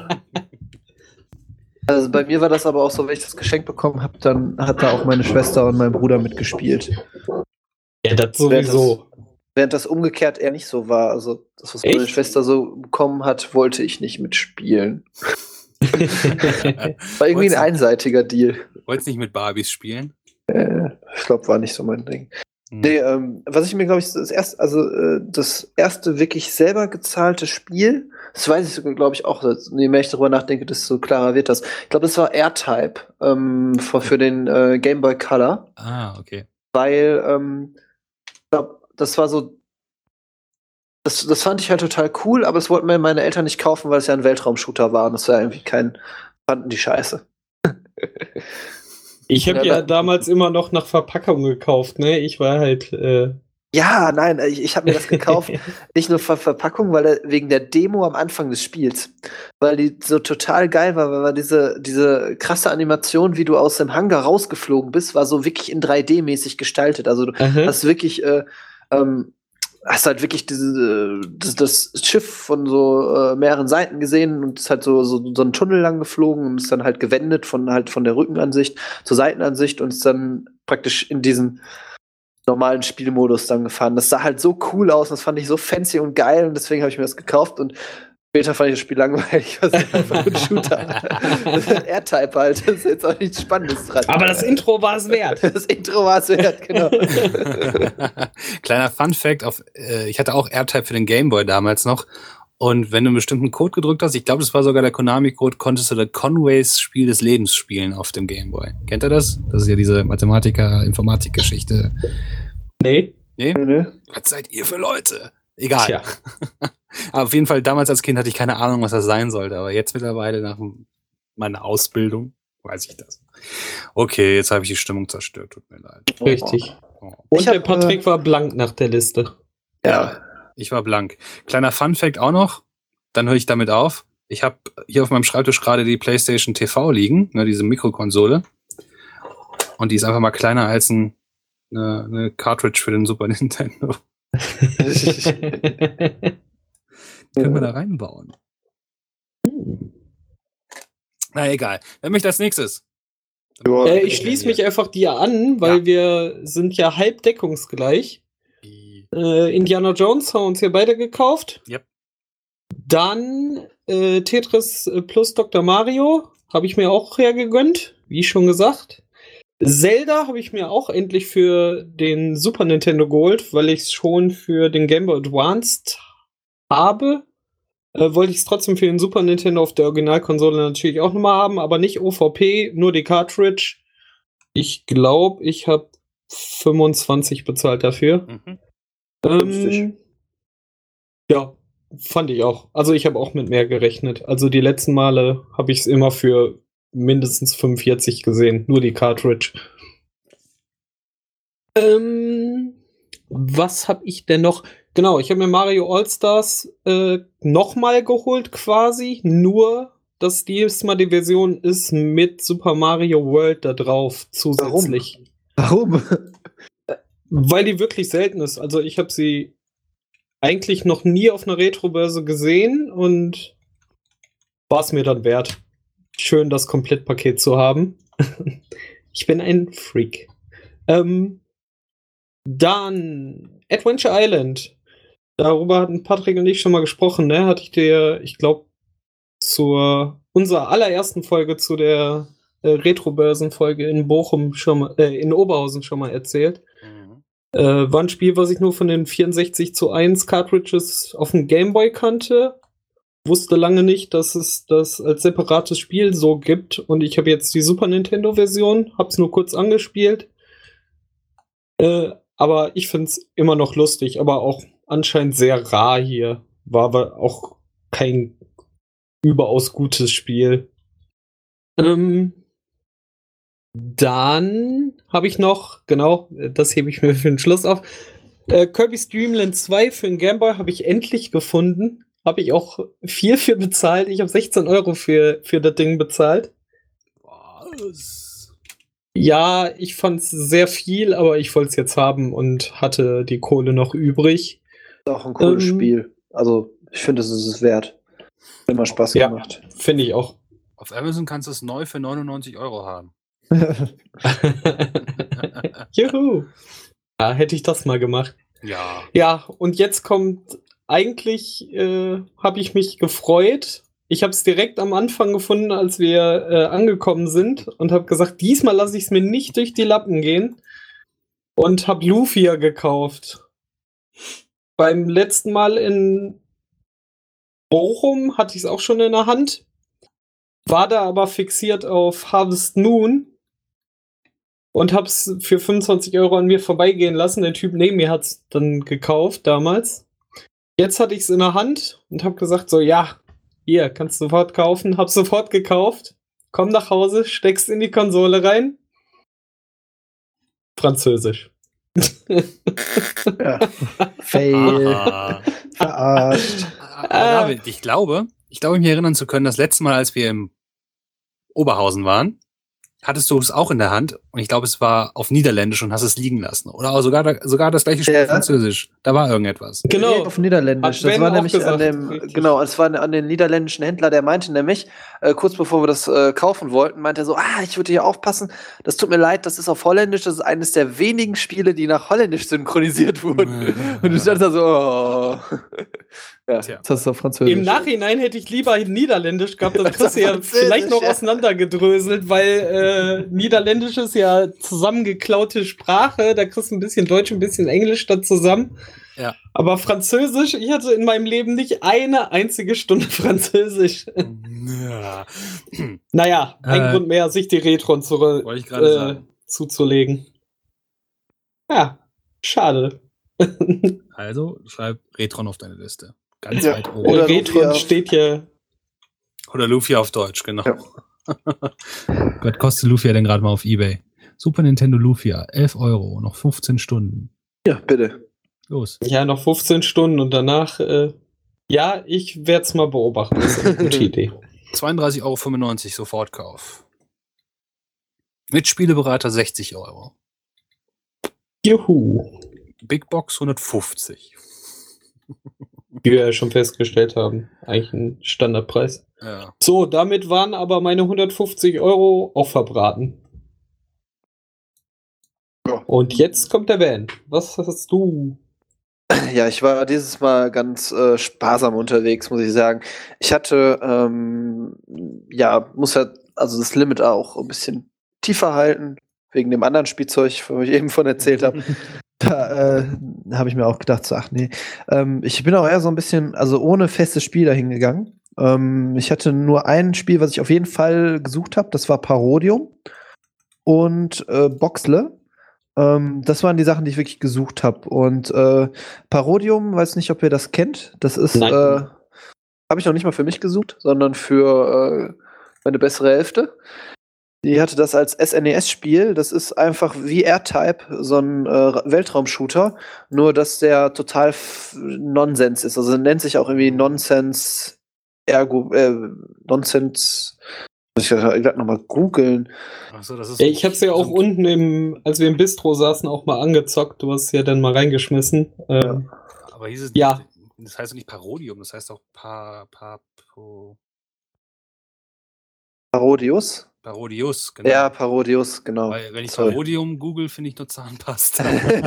also bei mir war das aber auch so, wenn ich das Geschenk bekommen habe, dann hat da auch meine Schwester und mein Bruder mitgespielt. Ja, das sowieso. Während das umgekehrt eher nicht so war. Also das, was meine Echt? Schwester so bekommen hat, wollte ich nicht mitspielen. War irgendwie Wollt's- ein einseitiger Deal. Wolltest nicht mit Barbies spielen? Äh, ich glaube, war nicht so mein Ding. Hm. Nee, ähm, was ich mir, glaube ich, das erste, also äh, das erste wirklich selber gezahlte Spiel, das weiß ich, glaube ich, auch, das- je mehr ich darüber nachdenke, desto klarer wird das. Ich glaube, das war R-Type ähm, für, für den äh, Game Boy Color, Ah, okay. weil ähm, ich glaub, das war so, das, das fand ich halt total cool, aber das wollten mir meine Eltern nicht kaufen, weil es ja ein Weltraumshooter war und das war irgendwie kein, fanden die scheiße. Ich habe Ja, ja da- damals immer noch nach Verpackung gekauft, ne? Ich war halt. Äh, Ja, nein, ich, ich habe mir das gekauft, nicht nur für Verpackung, weil er, wegen der Demo am Anfang des Spiels, weil die so total geil war, weil man diese, diese krasse Animation, wie du aus dem Hangar rausgeflogen bist, war so wirklich in drei D-mäßig gestaltet. Also du aha. hast wirklich, äh, ähm, hast halt wirklich diese, das, das Schiff von so äh, mehreren Seiten gesehen und ist halt so, so, so einen Tunnel lang geflogen und ist dann halt gewendet von halt von der Rückenansicht zur Seitenansicht und ist dann praktisch in diesen normalen Spielmodus dann gefahren. Das sah halt so cool aus und das fand ich so fancy und geil und deswegen habe ich mir das gekauft und später fand ich das Spiel langweilig, was ist einfach ein Shooter. Das ist R-Type halt, das ist jetzt auch nichts Spannendes dran. Aber das Intro war es wert. Das Intro war es wert, genau. Kleiner Fun-Fact: auf, äh, Ich hatte auch R-Type für den Game Boy damals noch. Und wenn du einen bestimmten Code gedrückt hast, ich glaube, das war sogar der Konami-Code, konntest du das Conways Spiel des Lebens spielen auf dem Game Boy. Kennt ihr das? Das ist ja diese Mathematiker-Informatik-Geschichte. Nee. Nee? Nö. Was seid ihr für Leute? Egal. Tja. Aber auf jeden Fall, damals als Kind hatte ich keine Ahnung, was das sein sollte. Aber jetzt mittlerweile nach meiner Ausbildung weiß ich das. Okay, jetzt habe ich die Stimmung zerstört. Tut mir leid. Richtig. Oh. Und Ich der hab, Patrick war blank nach der Liste. Ja. Ich war blank. Kleiner Fun-Fact auch noch, dann höre ich damit auf. Ich habe hier auf meinem Schreibtisch gerade die PlayStation T V liegen, ne, diese Mikrokonsole. Und die ist einfach mal kleiner als ein, eine, eine Cartridge für den Super Nintendo. Können wir da reinbauen? Na egal. Wer möchte als nächstes? Ja. äh, ich schließe mich einfach dir an, weil Ja. wir sind ja halb deckungsgleich. Die- Äh, Indiana Jones haben uns hier beide gekauft. Yep. Dann äh, Tetris äh, plus Doktor Mario habe ich mir auch hergegönnt, wie schon gesagt. Zelda habe ich mir auch endlich für den Super Nintendo geholt, weil ich es schon für den Game Boy Advanced habe. Äh, wollte ich es trotzdem für den Super Nintendo auf der Originalkonsole natürlich auch nochmal haben, aber nicht O V P, nur die Cartridge. Ich glaube, ich habe fünfundzwanzig bezahlt dafür. Mhm. Günstig. Ähm, ja, fand ich auch. Also ich habe auch mit mehr gerechnet. Also die letzten Male habe ich es immer für mindestens fünfundvierzig gesehen. Nur die Cartridge. Ähm, was habe ich denn noch? Genau, ich habe mir Mario All-Stars äh, nochmal geholt quasi. Nur dass diesmal die Version ist mit Super Mario World da drauf zusätzlich. Warum? Weil die wirklich selten ist. Also ich habe sie eigentlich noch nie auf einer Retro-Börse gesehen und war es mir dann wert. Schön, das Komplettpaket zu haben. Ich bin ein Freak. Ähm, dann Adventure Island. Darüber hatten Patrick und ich schon mal gesprochen, ne? Hatte ich dir, ich glaube, zur unserer allerersten Folge zu der äh, Retro-Börsen-Folge in Bochum schon mal, äh, in Oberhausen schon mal erzählt. Mhm. Äh, war ein Spiel, was ich nur von den vierundsechzig zu eins Cartridges auf dem Gameboy kannte. Wusste lange nicht, dass es das als separates Spiel so gibt. Und ich habe jetzt die Super Nintendo-Version, hab's nur kurz angespielt. Äh, aber ich find's immer noch lustig, aber auch anscheinend sehr rar hier. War aber auch kein überaus gutes Spiel. Ähm, dann habe ich noch, genau, das hebe ich mir für den Schluss auf. Äh, Kirby's Dream Land zwei für den Gameboy habe ich endlich gefunden. Habe ich auch viel für bezahlt. Ich habe sechzehn Euro für, für das Ding bezahlt. Was? Ja, ich fand es sehr viel, aber ich wollte es jetzt haben und hatte die Kohle noch übrig. Ist auch ein cooles Ähm, Spiel. Also, ich finde, es ist es wert. Hat immer Spaß Ja. gemacht. Finde ich auch. Auf Amazon kannst du es neu für neunundneunzig Euro haben. Juhu. Ja, hätte ich das mal gemacht. Ja. Ja, und jetzt kommt, eigentlich äh, habe ich mich gefreut. Ich habe es direkt am Anfang gefunden, als wir äh, angekommen sind und habe gesagt, diesmal lasse ich es mir nicht durch die Lappen gehen und habe Lufia gekauft. Beim letzten Mal in Bochum hatte ich es auch schon in der Hand, war da aber fixiert auf Harvest Moon und hab's für fünfundzwanzig Euro an mir vorbeigehen lassen. Der Typ neben mir hat's dann gekauft damals. Jetzt hatte ich's in der Hand und hab gesagt so, ja, hier, kannst du sofort kaufen. Hab sofort gekauft. Komm nach Hause, steckst in die Konsole rein. Französisch. Ja. Fail. Aha. Verarscht. Aber David, ich glaube, ich glaube, mich erinnern zu können, das letzte Mal, als wir im Oberhausen waren, hattest du es auch in der Hand und ich glaube, es war auf Niederländisch und hast es liegen lassen. Oder auch sogar, sogar das gleiche Spiel Ja. auf Französisch. Da war irgendetwas. Genau. Nee, auf Niederländisch. Hat Das Ben war auch nämlich gesagt, an dem, richtig. genau, es war an den niederländischen Händler, der meinte nämlich, äh, kurz bevor wir das äh, kaufen wollten, meinte er so, ah, ich würde hier aufpassen, das tut mir leid, das ist auf Holländisch, das ist eines der wenigen Spiele, die nach Holländisch synchronisiert wurden. Und ich dachte da so, oh. Ja, Tja. das ist auf Französisch. Im Nachhinein hätte ich lieber Niederländisch gehabt, dann Also kriegst du ja Französisch, vielleicht noch ja. auseinandergedröselt, weil äh, Niederländisch ist ja zusammengeklaute Sprache, da kriegst du ein bisschen Deutsch, ein bisschen Englisch da zusammen. Ja. Aber Französisch, ich hatte in meinem Leben nicht eine einzige Stunde Französisch. Ja. Naja, ein Äh, Grund mehr, sich die Retron zu, Wollte ich gerade äh, sagen. zuzulegen. Ja, schade. Also schreib Retron auf deine Liste. Ganz Ja. weit oben. Oder Retron Lufia. steht ja. Oder Luffy auf Deutsch, genau. Ja. Was kostet Lufia denn gerade mal auf Ebay? Super Nintendo Lufia, elf Euro, noch fünfzehn Stunden. Ja, bitte. Los. Ja, noch fünfzehn Stunden und danach, äh, ja, ich werde es mal beobachten. Das ist eine gute Idee. zweiunddreißig Euro fünfundneunzig Sofortkauf. Mit Spieleberater sechzig Euro. Juhu. Big Box hundertfünfzig. Wie wir ja schon festgestellt haben. Eigentlich ein Standardpreis. Ja. So, damit waren aber meine hundertfünfzig Euro auch verbraten. Ja. Und jetzt kommt der Van. Was hast du? Ja, ich war dieses Mal ganz äh, sparsam unterwegs, muss ich sagen. Ich hatte, ähm, ja, muss ja, also das Limit auch ein bisschen tiefer halten, wegen dem anderen Spielzeug, wo ich eben von erzählt habe. Da äh, habe ich mir auch gedacht, so, ach nee. Ähm, ich bin auch eher so ein bisschen, also ohne festes Spiel dahin gegangen. Ähm, ich hatte nur ein Spiel, was ich auf jeden Fall gesucht habe, das war Parodium und äh, Boxle. Ähm, das waren die Sachen, die ich wirklich gesucht habe. Und äh, Parodium, weiß nicht, ob ihr das kennt. Das ist, Nein. äh, habe ich noch nicht mal für mich gesucht, sondern für äh, meine bessere Hälfte. Die hatte das als S N E S-Spiel. Das ist einfach wie R-Type, so ein äh, Weltraumshooter. Nur, dass der total f- Nonsens ist. Also nennt sich auch irgendwie Nonsense Ergo, äh, Nonsense. Muss ich gerade nochmal googeln. Achso, das ist. Ja, ich hab's ja auch unten im, als wir im Bistro saßen, auch mal angezockt. Du hast es ja dann mal reingeschmissen. Ähm, Aber hieß es Ja. nicht, das heißt doch nicht Parodium, das heißt auch pa, pa, po, Parodius? Parodius, genau. Ja, Parodius, genau. Weil, wenn ich Sorry. Parodium google, finde ich nur Zahnpasta.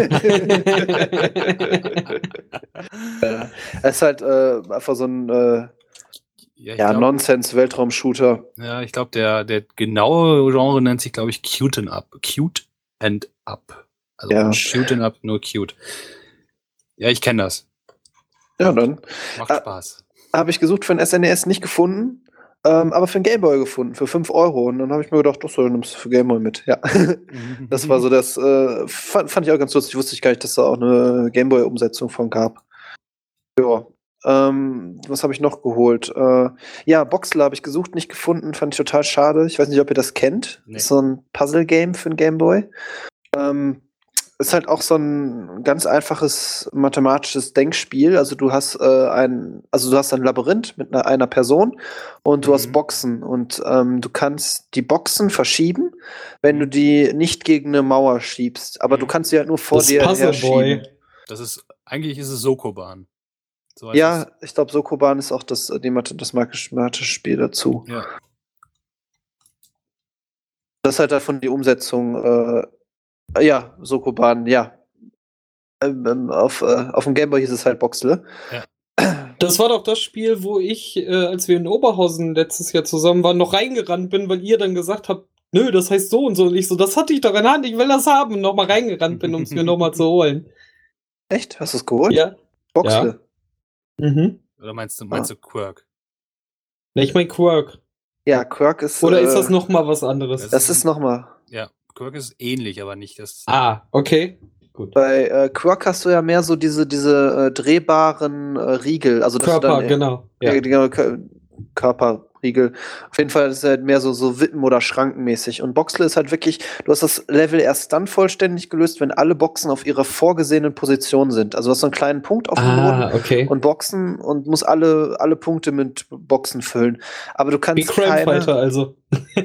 Ja. Es ist halt äh, einfach so ein äh, ja, ich ja, glaub- Nonsense-Weltraum-Shooter. Ja, ich glaube, der, der genaue Genre nennt sich, glaube ich, Cute and Up. Cute and Up. Also Ja. von Shoot and Up nur cute. Ja, ich kenne das. Ja, dann Macht Ah. Spaß. habe ich gesucht für ein S N E S, nicht gefunden, ähm, aber für einen Gameboy gefunden, für fünf Euro. Und dann habe ich mir gedacht, das soll nimmst du für Gameboy mit. Ja. Das war so das, äh, fand, fand ich auch ganz lustig. Wusste ich gar nicht, dass da auch eine Gameboy-Umsetzung von gab. Ja. Ähm, was habe ich noch geholt? Äh, ja, Boxler habe ich gesucht, nicht gefunden, fand ich total schade. Ich weiß nicht, ob ihr das kennt. Nee. Ist so ein Puzzle-Game für einen Gameboy. Ähm, ist halt auch so ein ganz einfaches mathematisches Denkspiel. Also du hast äh, ein, also du hast ein Labyrinth mit einer, einer Person und du Mhm. hast Boxen und ähm, du kannst die Boxen verschieben, wenn du die nicht gegen eine Mauer schiebst. Aber Mhm. du kannst sie halt nur vor das dir Puzzle Boy. herschieben. Das ist, eigentlich ist es Sokoban. So heißt Ja, ich glaube, Sokoban ist auch das, die Mathe, das mathematische Spiel dazu. es. Ja. Das ist halt davon die Umsetzung, äh, ja, Sokoban, ja. Ähm, ähm, auf, äh, auf dem Gameboy hieß es halt Boxle. Das war doch das Spiel, wo ich, äh, als wir in Oberhausen letztes Jahr zusammen waren, noch reingerannt bin, weil ihr dann gesagt habt, nö, das heißt so und so. Und ich so, das hatte ich doch in der Hand, ich will das haben. Und nochmal reingerannt bin, um es mir nochmal zu holen. Echt? Hast du es geholt? Ja. Boxle. Mhm. Oder meinst du, meinst du Quirk? Ne, ich mein Quirk. Ja, Quirk ist. Oder äh, ist das nochmal was anderes? das- Das ist nochmal. Ja, Quirk ist ähnlich, aber nicht das. Ah, okay. Gut. Bei äh, Quirk hast du ja mehr so diese, diese äh, drehbaren äh, Riegel. Also dass Körper, du dann, genau. Ja. Ja. Genau, Kör- Körperriegel. Auf jeden Fall ist es halt mehr so, so Wippen- oder Schrankenmäßig. Und Boxle ist halt wirklich, du hast das Level erst dann vollständig gelöst, wenn alle Boxen auf ihrer vorgesehenen Position sind. Also du hast so einen kleinen Punkt auf dem Boden Ah, okay. und Boxen und musst alle, alle Punkte mit Boxen füllen. Aber du Wie kannst Crime keine, Fighter, also.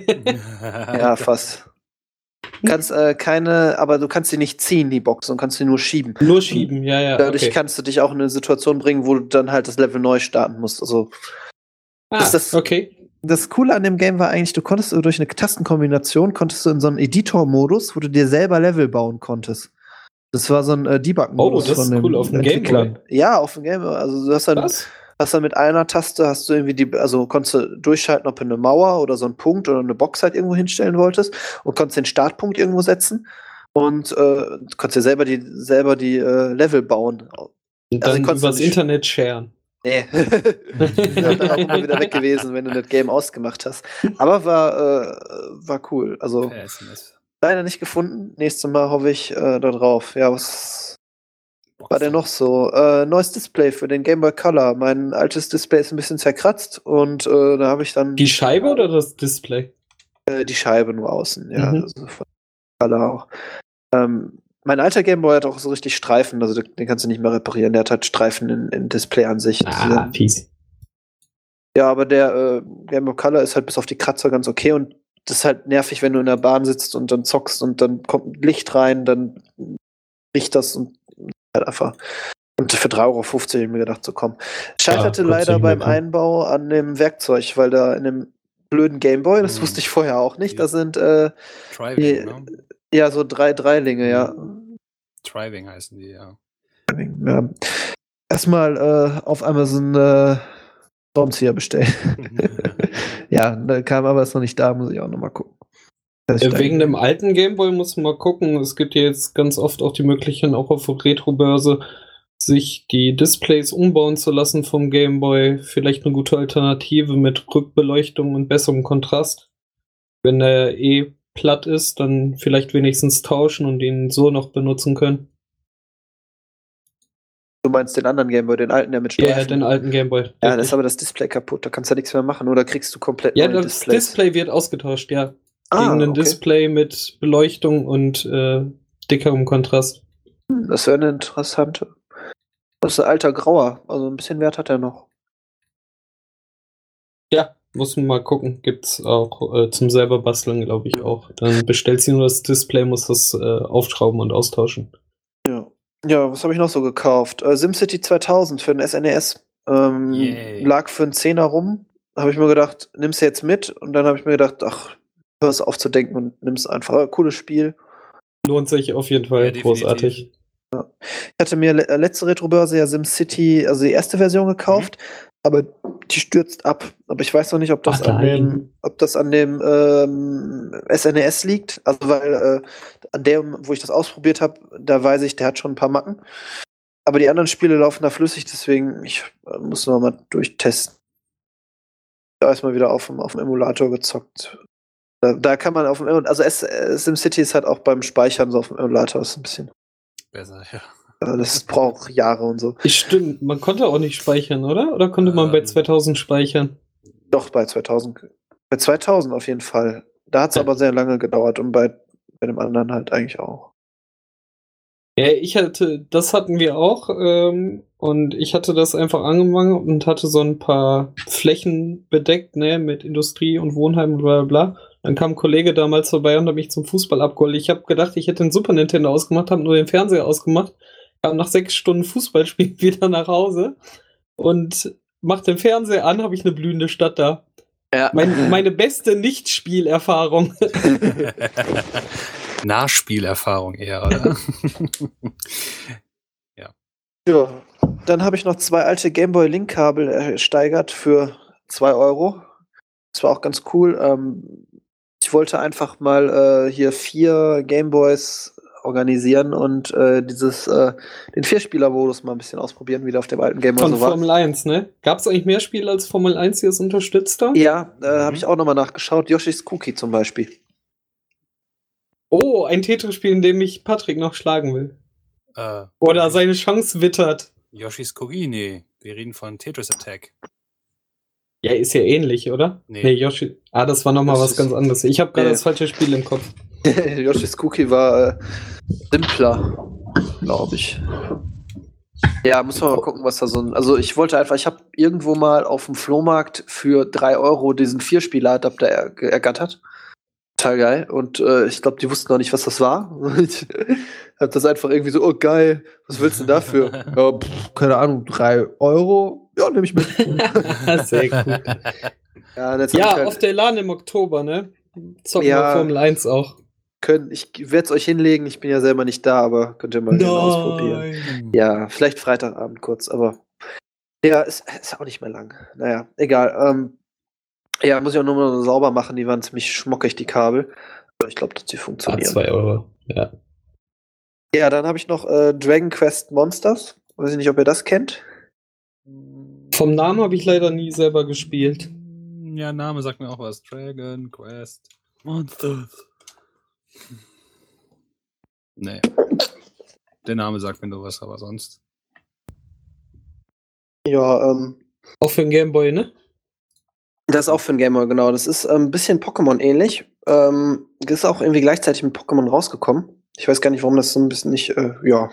ja, fast. Kannst äh, keine, aber du kannst sie nicht ziehen, die Box, und kannst sie nur schieben. Nur schieben, ja, ja. Dadurch Okay. kannst du dich auch in eine Situation bringen, wo du dann halt das Level neu starten musst. Also Ah, ist das- okay. das Coole an dem Game war eigentlich, du konntest äh, durch eine Tastenkombination konntest du in so einen Editor-Modus, wo du dir selber Level bauen konntest. Das war so ein äh, Debug-Modus Oh, das ist von den cool, auf dem Entwicklern. Gameboy? Ja, auf dem Gameboy. Also du hast dann, Was? hast dann mit einer Taste hast du irgendwie die, also konntest du durchschalten, ob du eine Mauer oder so einen Punkt oder eine Box halt irgendwo hinstellen wolltest und konntest den Startpunkt irgendwo setzen und äh, du konntest dir selber die selber die äh, Level bauen. Und Also dann konntest du übers nicht- Internet sharen. Nee. Ja, dann auch immer wieder weg gewesen, wenn du das Game ausgemacht hast. Aber war, äh, war cool. Also Per S M S. leider nicht gefunden. Nächstes Mal hoffe ich äh, da drauf. Ja, was war denn noch so? Äh, neues Display für den Game Boy Color. Mein altes Display ist ein bisschen zerkratzt und äh, da habe ich dann Die Scheibe oder das Display? äh, die Scheibe nur außen. Ja, Mhm. also von Color auch. Ähm, mein alter Game Boy hat auch so richtig Streifen, also den kannst du nicht mehr reparieren. Der hat halt Streifen in, in Displayansicht. Ah, fies. Ja, aber der äh, Game Boy Color ist halt bis auf die Kratzer ganz okay und das ist halt nervig, wenn du in der Bahn sitzt und dann zockst und dann kommt Licht rein, dann riecht das und halt einfach. Und für drei Euro fünfzig habe ich mir gedacht, so komm. Scheiterte Ja, leider kurz beim hinbekommen. Einbau an dem Werkzeug, weil da in dem blöden Game Boy, das Mhm. wusste ich vorher auch nicht, Ja. da sind äh, Triving, die- ne? ja so drei Dreilinge, ja. Triving heißen die, ja. ja. Erstmal äh, auf Amazon äh, Raumzieher bestellen. Ja, da kam aber ist noch nicht da, muss ich auch noch mal gucken. Dass ich Äh, da- wegen dem alten Gameboy muss man mal gucken. Es gibt ja jetzt ganz oft auch die Möglichkeit, auch auf der Retro-Börse sich die Displays umbauen zu lassen vom Gameboy. Vielleicht eine gute Alternative mit Rückbeleuchtung und besserem Kontrast. Wenn der eh platt ist, dann vielleicht wenigstens tauschen und ihn so noch benutzen können. Du meinst den anderen Gameboy, den alten, der mit Ja, Streifen? den alten Gameboy. Ja, da ist Richtig. aber das Display kaputt, da kannst du ja nichts mehr machen. Oder kriegst du komplett Ja, neue das Displays? Display wird ausgetauscht, ja. Ah, Gegen ein okay. Display mit Beleuchtung und äh, dickerem Kontrast. Hm, Das wäre eine interessante. Das ist ein alter Grauer, also ein bisschen Wert hat er noch. Ja, muss man mal gucken. Gibt's auch äh, zum selber basteln, glaube ich auch. Dann bestellt sie nur das Display, muss das äh, aufschrauben und austauschen. Ja, was habe ich noch so gekauft? Äh, SimCity zweitausend für den S N E S. Ähm, Yay. lag für einen Zehner rum. Habe ich mir gedacht, nimm's jetzt mit. Und dann habe ich mir gedacht, ach, hör es auf zu denken und nimm's einfach. Äh, cooles Spiel. Lohnt sich auf jeden Fall, Ja, definitiv. großartig. Ich hatte mir le letzte Retrobörse ja SimCity, also die erste Version gekauft, aber die stürzt ab. Aber ich weiß noch nicht, ob das Ach, an nein. dem, ob das an dem ähm, S N E S liegt. Also weil äh, an dem, wo ich das ausprobiert habe, da weiß ich, der hat schon ein paar Macken. Aber die anderen Spiele laufen da flüssig, deswegen ich äh, muss noch mal durchtesten. Da ist mal wieder auf dem, auf dem Emulator gezockt. Da, da kann man auf dem Emulator, also S, äh, SimCity ist halt auch beim Speichern so auf dem Emulator ist ein bisschen. Besser, ja. Äh, das braucht Jahre und so. Stimmt, man konnte auch nicht speichern, oder? Oder konnte man bei Ähm. zweitausend speichern? Doch, bei zweitausend. Bei zweitausend auf jeden Fall. Da hat es Ja. aber sehr lange gedauert und bei, bei dem anderen halt eigentlich auch. Ja, ich hatte, das hatten wir auch, ähm, und ich hatte das einfach angefangen und hatte so ein paar Flächen bedeckt, ne, mit Industrie und Wohnheim und bla bla bla. Dann kam ein Kollege damals vorbei und hat mich zum Fußball abgeholt. Ich habe gedacht, ich hätte den Super Nintendo ausgemacht, habe nur den Fernseher ausgemacht, kam nach sechs Stunden Fußballspiel wieder nach Hause und mach den Fernseher an, habe ich eine blühende Stadt da. Ja. Mein, meine beste Nicht-Spielerfahrung. Nachspielerfahrung eher, oder? Ja. Dann habe ich noch zwei alte Gameboy Link-Kabel ersteigert für zwei Euro. Das war auch ganz cool. Ähm, ich wollte einfach mal äh, hier vier Gameboys organisieren und äh, dieses äh, den Vierspieler-Modus mal ein bisschen ausprobieren, wie der auf dem alten Gameboy Von so war. Formel eins, ne? Gab es eigentlich mehr Spiele als Formel eins, die es unterstützt haben? Ja, äh, Mhm. habe ich auch nochmal nachgeschaut. Yoshi's Cookie zum Beispiel. Oh, ein Tetris-Spiel, in dem ich Patrick noch schlagen will. äh, Oder seine Chance wittert. Yoshis Kogine. Wir reden von Tetris Attack. Ja, ist ja ähnlich, oder? Nee. Nee, Yoshi. Ah, das war nochmal Das was ist- ganz anderes. Ich habe gerade Nee. das falsche Spiel im Kopf. Yoshi's Cookie war äh, simpler, glaube ich. Ja, muss man mal gucken, was da so ein. Also ich wollte einfach, ich habe irgendwo mal auf dem Flohmarkt für drei Euro diesen Vierspieler-Adapter er, ergattert. Total geil. Und äh, ich glaube, die wussten noch nicht, was das war. Ich hab das einfach irgendwie so, oh geil, was willst du denn dafür? Ja, pff, keine Ahnung, drei Euro? Ja, nehme ich mit. Sehr gut. Ja, und jetzt hab Ja, ich halt auf der LAN im Oktober, ne? Zocken Ja. wir Formel eins auch. können, ich werde es euch hinlegen, ich bin ja selber nicht da, aber könnt ihr mal gerne ausprobieren. Ja, vielleicht Freitagabend kurz, aber ja, ist, ist auch nicht mehr lang. Naja, egal. Ähm, ja, muss ich auch nur mal sauber machen, die waren ziemlich schmockig, die Kabel. Aber ich glaube, dass die Ah, funktionieren. zwei Euro. Ja. Ja, dann habe ich noch äh, Dragon Quest Monsters. Weiß ich nicht, ob ihr das kennt. Vom Namen habe ich leider nie selber gespielt. Ja, Name sagt mir auch was. Dragon Quest Monsters. Nee. Der Name sagt mir nur was, aber sonst. Ja, ähm, Auch für den Gameboy, ne? das ist auch für den Gamer, genau. Das ist ähm, ein bisschen Pokémon ähnlich. Ähm, das ist auch irgendwie gleichzeitig mit Pokémon rausgekommen. Ich weiß gar nicht, warum das so ein bisschen nicht, äh, ja.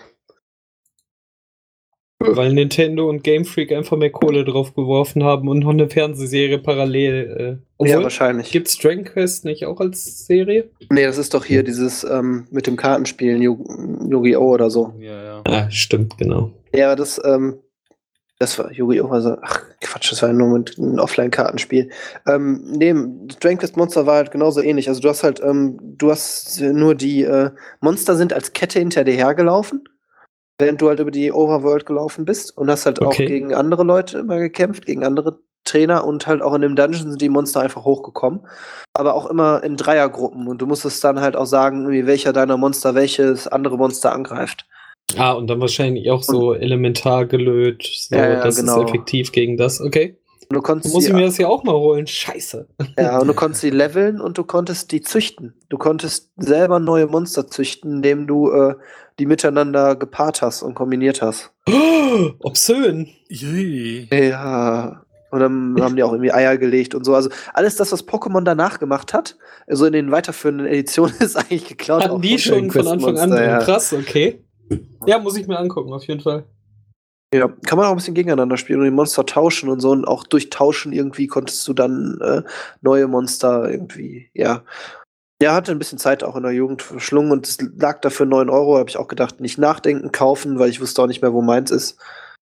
Weil Nintendo und Game Freak einfach mehr Kohle drauf geworfen haben und noch eine Fernsehserie parallel. Äh, Ja, obwohl, wahrscheinlich. gibt's Dragon Quest nicht auch als Serie? Nee, das ist doch hier dieses ähm, mit dem Kartenspielen, Yu- Yu-Gi-Oh! Oder so. Ja, ja. Ah, stimmt, genau. Ja, das, ähm, das war Yu-Gi-Oh! Also, ach Quatsch, das war ja nur mit ein Offline-Kartenspiel. Ähm, nee, Dragon Quest Monster war halt genauso ähnlich. Also du hast halt, ähm, du hast nur die äh, Monster sind als Kette hinter dir hergelaufen, während du halt über die Overworld gelaufen bist und hast halt auch Okay. gegen andere Leute immer gekämpft, gegen andere Trainer und halt auch in dem Dungeon sind die Monster einfach hochgekommen. Aber auch immer in Dreiergruppen und du musstest dann halt auch sagen, wie welcher deiner Monster welches andere Monster angreift. Ah, und dann wahrscheinlich auch so elementar gelöt. So, Ja, ja, das genau. ist effektiv gegen das. Okay. Und du konntest Muss sie- ich mir das ja auch mal holen. Scheiße. Ja, und du konntest sie leveln und du konntest die züchten. Du konntest selber neue Monster züchten, indem du äh, die miteinander gepaart hast und kombiniert hast. Oh, obszön. Jui. Ja. Und dann haben die auch irgendwie Eier gelegt und so. Also alles das, was Pokémon danach gemacht hat, also in den weiterführenden Editionen, ist eigentlich geklaut. Hatten auch die von schon Dragon von Quest Anfang an Monster, drin. ja. Krass, okay. Ja, muss ich mir angucken, auf jeden Fall. Ja, kann man auch ein bisschen gegeneinander spielen und die Monster tauschen und so. Und auch durch Tauschen irgendwie konntest du dann äh, neue Monster irgendwie, ja. Ja, hatte ein bisschen Zeit auch in der Jugend verschlungen und es lag dafür neun Euro. Habe ich auch gedacht, nicht nachdenken, kaufen, weil ich wusste auch nicht mehr, wo meins ist.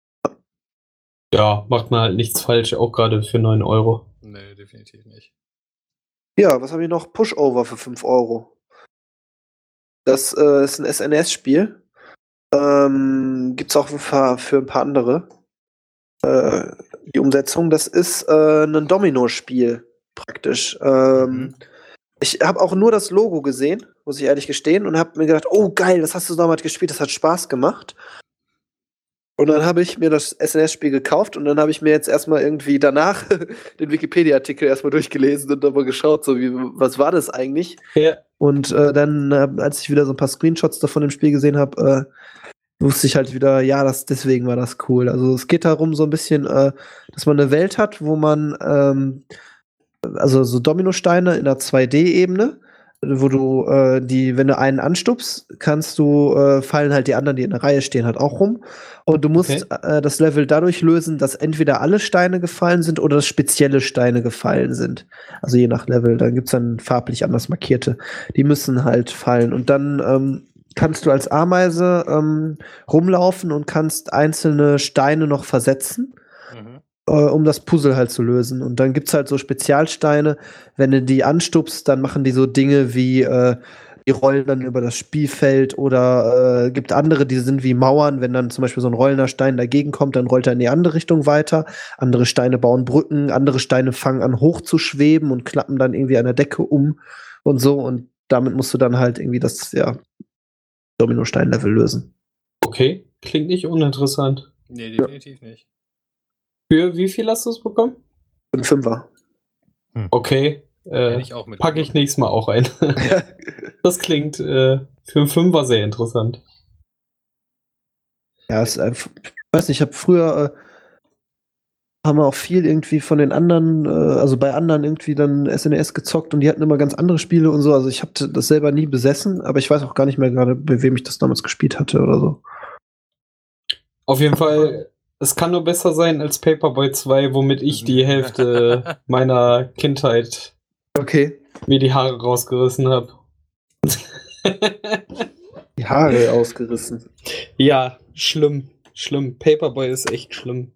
Ja, macht man halt nichts falsch, auch gerade für neun Euro. Nee, definitiv nicht. Ja, was habe ich noch? Pushover für fünf Euro. Das äh, ist ein S N E S-Spiel. Ähm, gibt's auch für, für ein paar andere. Äh, die Umsetzung, das ist äh, ein Domino-Spiel praktisch. Ähm, Mhm. Ich habe auch nur das Logo gesehen, muss ich ehrlich gestehen, und habe mir gedacht, oh geil, das hast du damals gespielt, das hat Spaß gemacht. Und dann habe ich mir das S N E S-Spiel gekauft und dann habe ich mir jetzt erstmal irgendwie danach den Wikipedia-Artikel erstmal durchgelesen und dann mal geschaut, so wie, was war das eigentlich? Ja. Und äh, dann, äh, als ich wieder so ein paar Screenshots davon im Spiel gesehen habe, äh, wusste ich halt wieder, ja, das, deswegen war das cool. Also es geht darum so ein bisschen, äh, dass man eine Welt hat, wo man ähm, also so Dominosteine in einer zwei D-Ebene, wo du äh, die, wenn du einen anstupst, kannst du, äh, fallen halt die anderen, die in der Reihe stehen, halt auch rum. Und du musst Okay. äh, das Level dadurch lösen, dass entweder alle Steine gefallen sind oder dass spezielle Steine gefallen sind. Also je nach Level. Da gibt's dann farblich anders markierte. Die müssen halt fallen. Und dann ähm, kannst du als Ameise ähm, rumlaufen und kannst einzelne Steine noch versetzen, Mhm. äh, um das Puzzle halt zu lösen. Und dann gibt's halt so Spezialsteine, wenn du die anstupst, dann machen die so Dinge wie, äh, die rollen dann über das Spielfeld oder äh, gibt andere, die sind wie Mauern, wenn dann zum Beispiel so ein rollender Stein dagegen kommt, dann rollt er in die andere Richtung weiter. Andere Steine bauen Brücken, andere Steine fangen an hochzuschweben und klappen dann irgendwie an der Decke um und so. Und damit musst du dann halt irgendwie das, ja, Dominostein-Level lösen. Okay, klingt nicht uninteressant. Nee, definitiv nicht. Für wie viel hast du es bekommen? Ein Fünfer. Okay, äh, Hätte ich auch mit. packe ich nächstes Mal auch ein. Das klingt äh, für einen Fünfer sehr interessant. Ja, es ist einfach, ich weiß nicht, ich habe früher äh, haben wir auch viel irgendwie von den anderen, äh, also bei anderen irgendwie dann S N E S gezockt und die hatten immer ganz andere Spiele und so. Also ich habe das selber nie besessen, aber ich weiß auch gar nicht mehr gerade, bei wem ich das damals gespielt hatte oder so. Auf jeden Fall, es kann nur besser sein als Paperboy zwei, womit ich die Hälfte meiner Kindheit Okay. mir die Haare rausgerissen habe. Die Haare ausgerissen. Ja, schlimm, schlimm. Paperboy ist echt schlimm.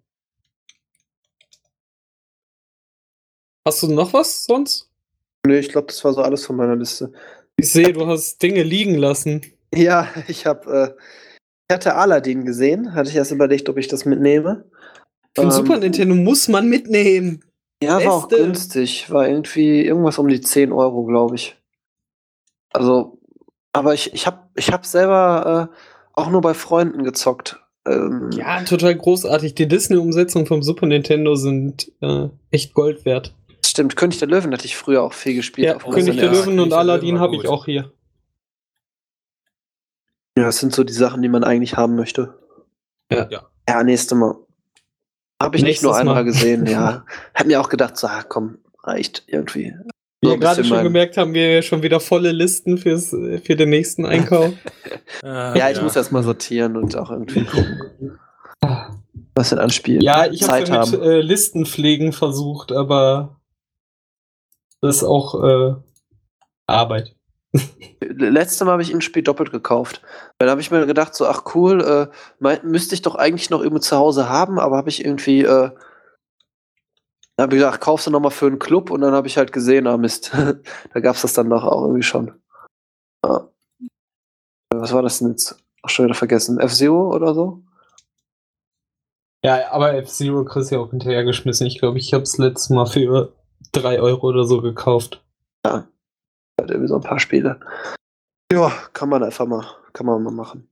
Hast du noch was sonst? Nee, ich glaube, das war so alles von meiner Liste. Ich sehe, du hast Dinge liegen lassen. Ja, ich habe, äh, ich hatte Aladdin gesehen, hatte ich erst überlegt, ob ich das mitnehme. Für den Ähm, Super Nintendo muss man mitnehmen. Ja, war auch Beste. günstig. War irgendwie irgendwas um die zehn Euro, glaube ich. Also, aber ich, ich habe ich hab selber äh, auch nur bei Freunden gezockt. Ähm, Ja, total großartig. Die Disney-Umsetzungen vom Super Nintendo sind äh, echt Gold wert. Stimmt, König der Löwen hatte ich früher auch viel gespielt. Ja, auf dem König S N E der S. Löwen König und der Löwen Aladdin war habe gut. ich auch hier. Ja, das sind so die Sachen, die man eigentlich haben möchte. Ja. Ja. Ja, nächste Mal. Habe ich nicht Nächstes nur einmal Mal. gesehen, ja. Hab mir auch gedacht, so, ah, komm, reicht irgendwie. Wie So ihr ein gerade bisschen schon mein- gemerkt haben, wir schon wieder volle Listen fürs, für den nächsten Einkauf. Ah, Ja, ich muss erst mal sortieren und auch irgendwie gucken, was denn anspielen. Ja, ich habe Zeit ja mit haben. äh, Listenpflegen versucht, aber das ist auch äh, Arbeit. Letztes Mal habe ich ein Spiel doppelt gekauft. Dann habe ich mir gedacht, so, ach cool, äh, mein, müsste ich doch eigentlich noch irgendwo zu Hause haben, aber habe ich irgendwie, äh, habe ich gedacht, kaufst du nochmal für einen Club und dann habe ich halt gesehen, ah Mist, da gab es das dann doch auch irgendwie schon. Ja. Was war das denn jetzt? Ach, schon wieder vergessen. F-Zero oder so? Ja, aber F-Zero kriegst du ja auch hinterhergeschmissen. Ich glaube, ich habe es letztes Mal für drei Euro oder so gekauft. Halt irgendwie so ein paar Spiele. Ja, kann man einfach mal, kann man mal machen.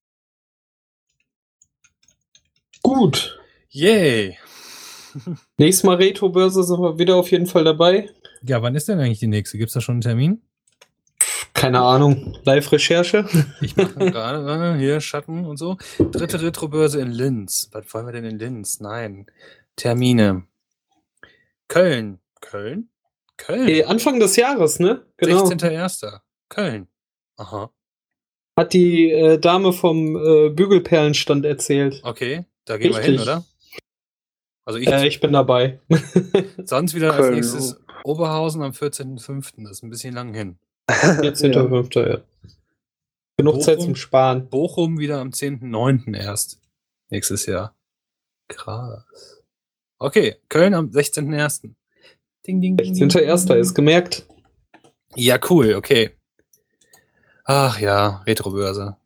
Gut. Yay. Nächstes Mal Retro-Börse sind wir wieder auf jeden Fall dabei. Ja, wann ist denn eigentlich die nächste? Gibt's da schon einen Termin? Keine Ahnung. Live-Recherche. Ich mache gerade warte, hier Schatten und so. Dritte Retrobörse in Linz. Was wollen wir denn in Linz? Nein. Termine. Köln. Köln? Köln. Äh, Anfang des Jahres, ne? Genau. sechzehnter erster Köln. Aha. Hat die äh, Dame vom äh, Bügelperlenstand erzählt. Okay. Da gehen wir hin, Richtig. oder? Also ich, Äh, ich bin dabei. sonst wieder als Köln. nächstes Oberhausen am vierzehnten fünften Das ist ein bisschen lang hin. vierzehnter fünfter Ja. Genug Zeit Bochum? zum Sparen. Bochum wieder am zehnten neunten erst. Nächstes Jahr. Krass. Okay, Köln am sechzehnten ersten Ding, ding, ding. sechzehnter erster ist gemerkt. Ja, cool, okay. Ach ja, Retrobörse.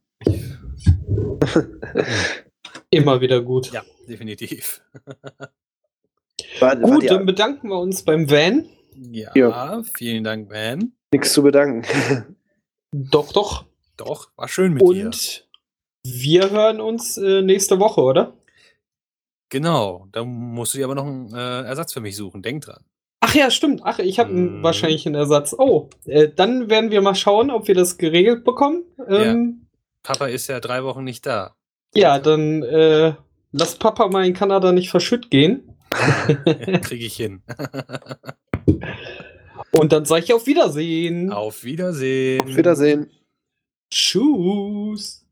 Immer wieder gut. Ja, definitiv. War, war Gut, die, dann bedanken wir uns beim Van. Ja, Ja. vielen Dank, Van. nichts zu bedanken. Doch, doch. Doch, war schön mit dir. Und wir hören uns äh, nächste Woche, oder? Genau, da musst du dir aber noch einen äh, Ersatz für mich suchen. Denk dran. Ach ja, stimmt. Ach, ich habe Mhm. wahrscheinlich einen Ersatz. Oh, äh, dann werden wir mal schauen, ob wir das geregelt bekommen. Ähm, Papa ist ja drei Wochen nicht da. ja. dann äh, lass Papa mal in Kanada nicht verschütt gehen. Kriege ich hin. Und dann sage ich auf Wiedersehen. Auf Wiedersehen. Auf Wiedersehen. Tschüss.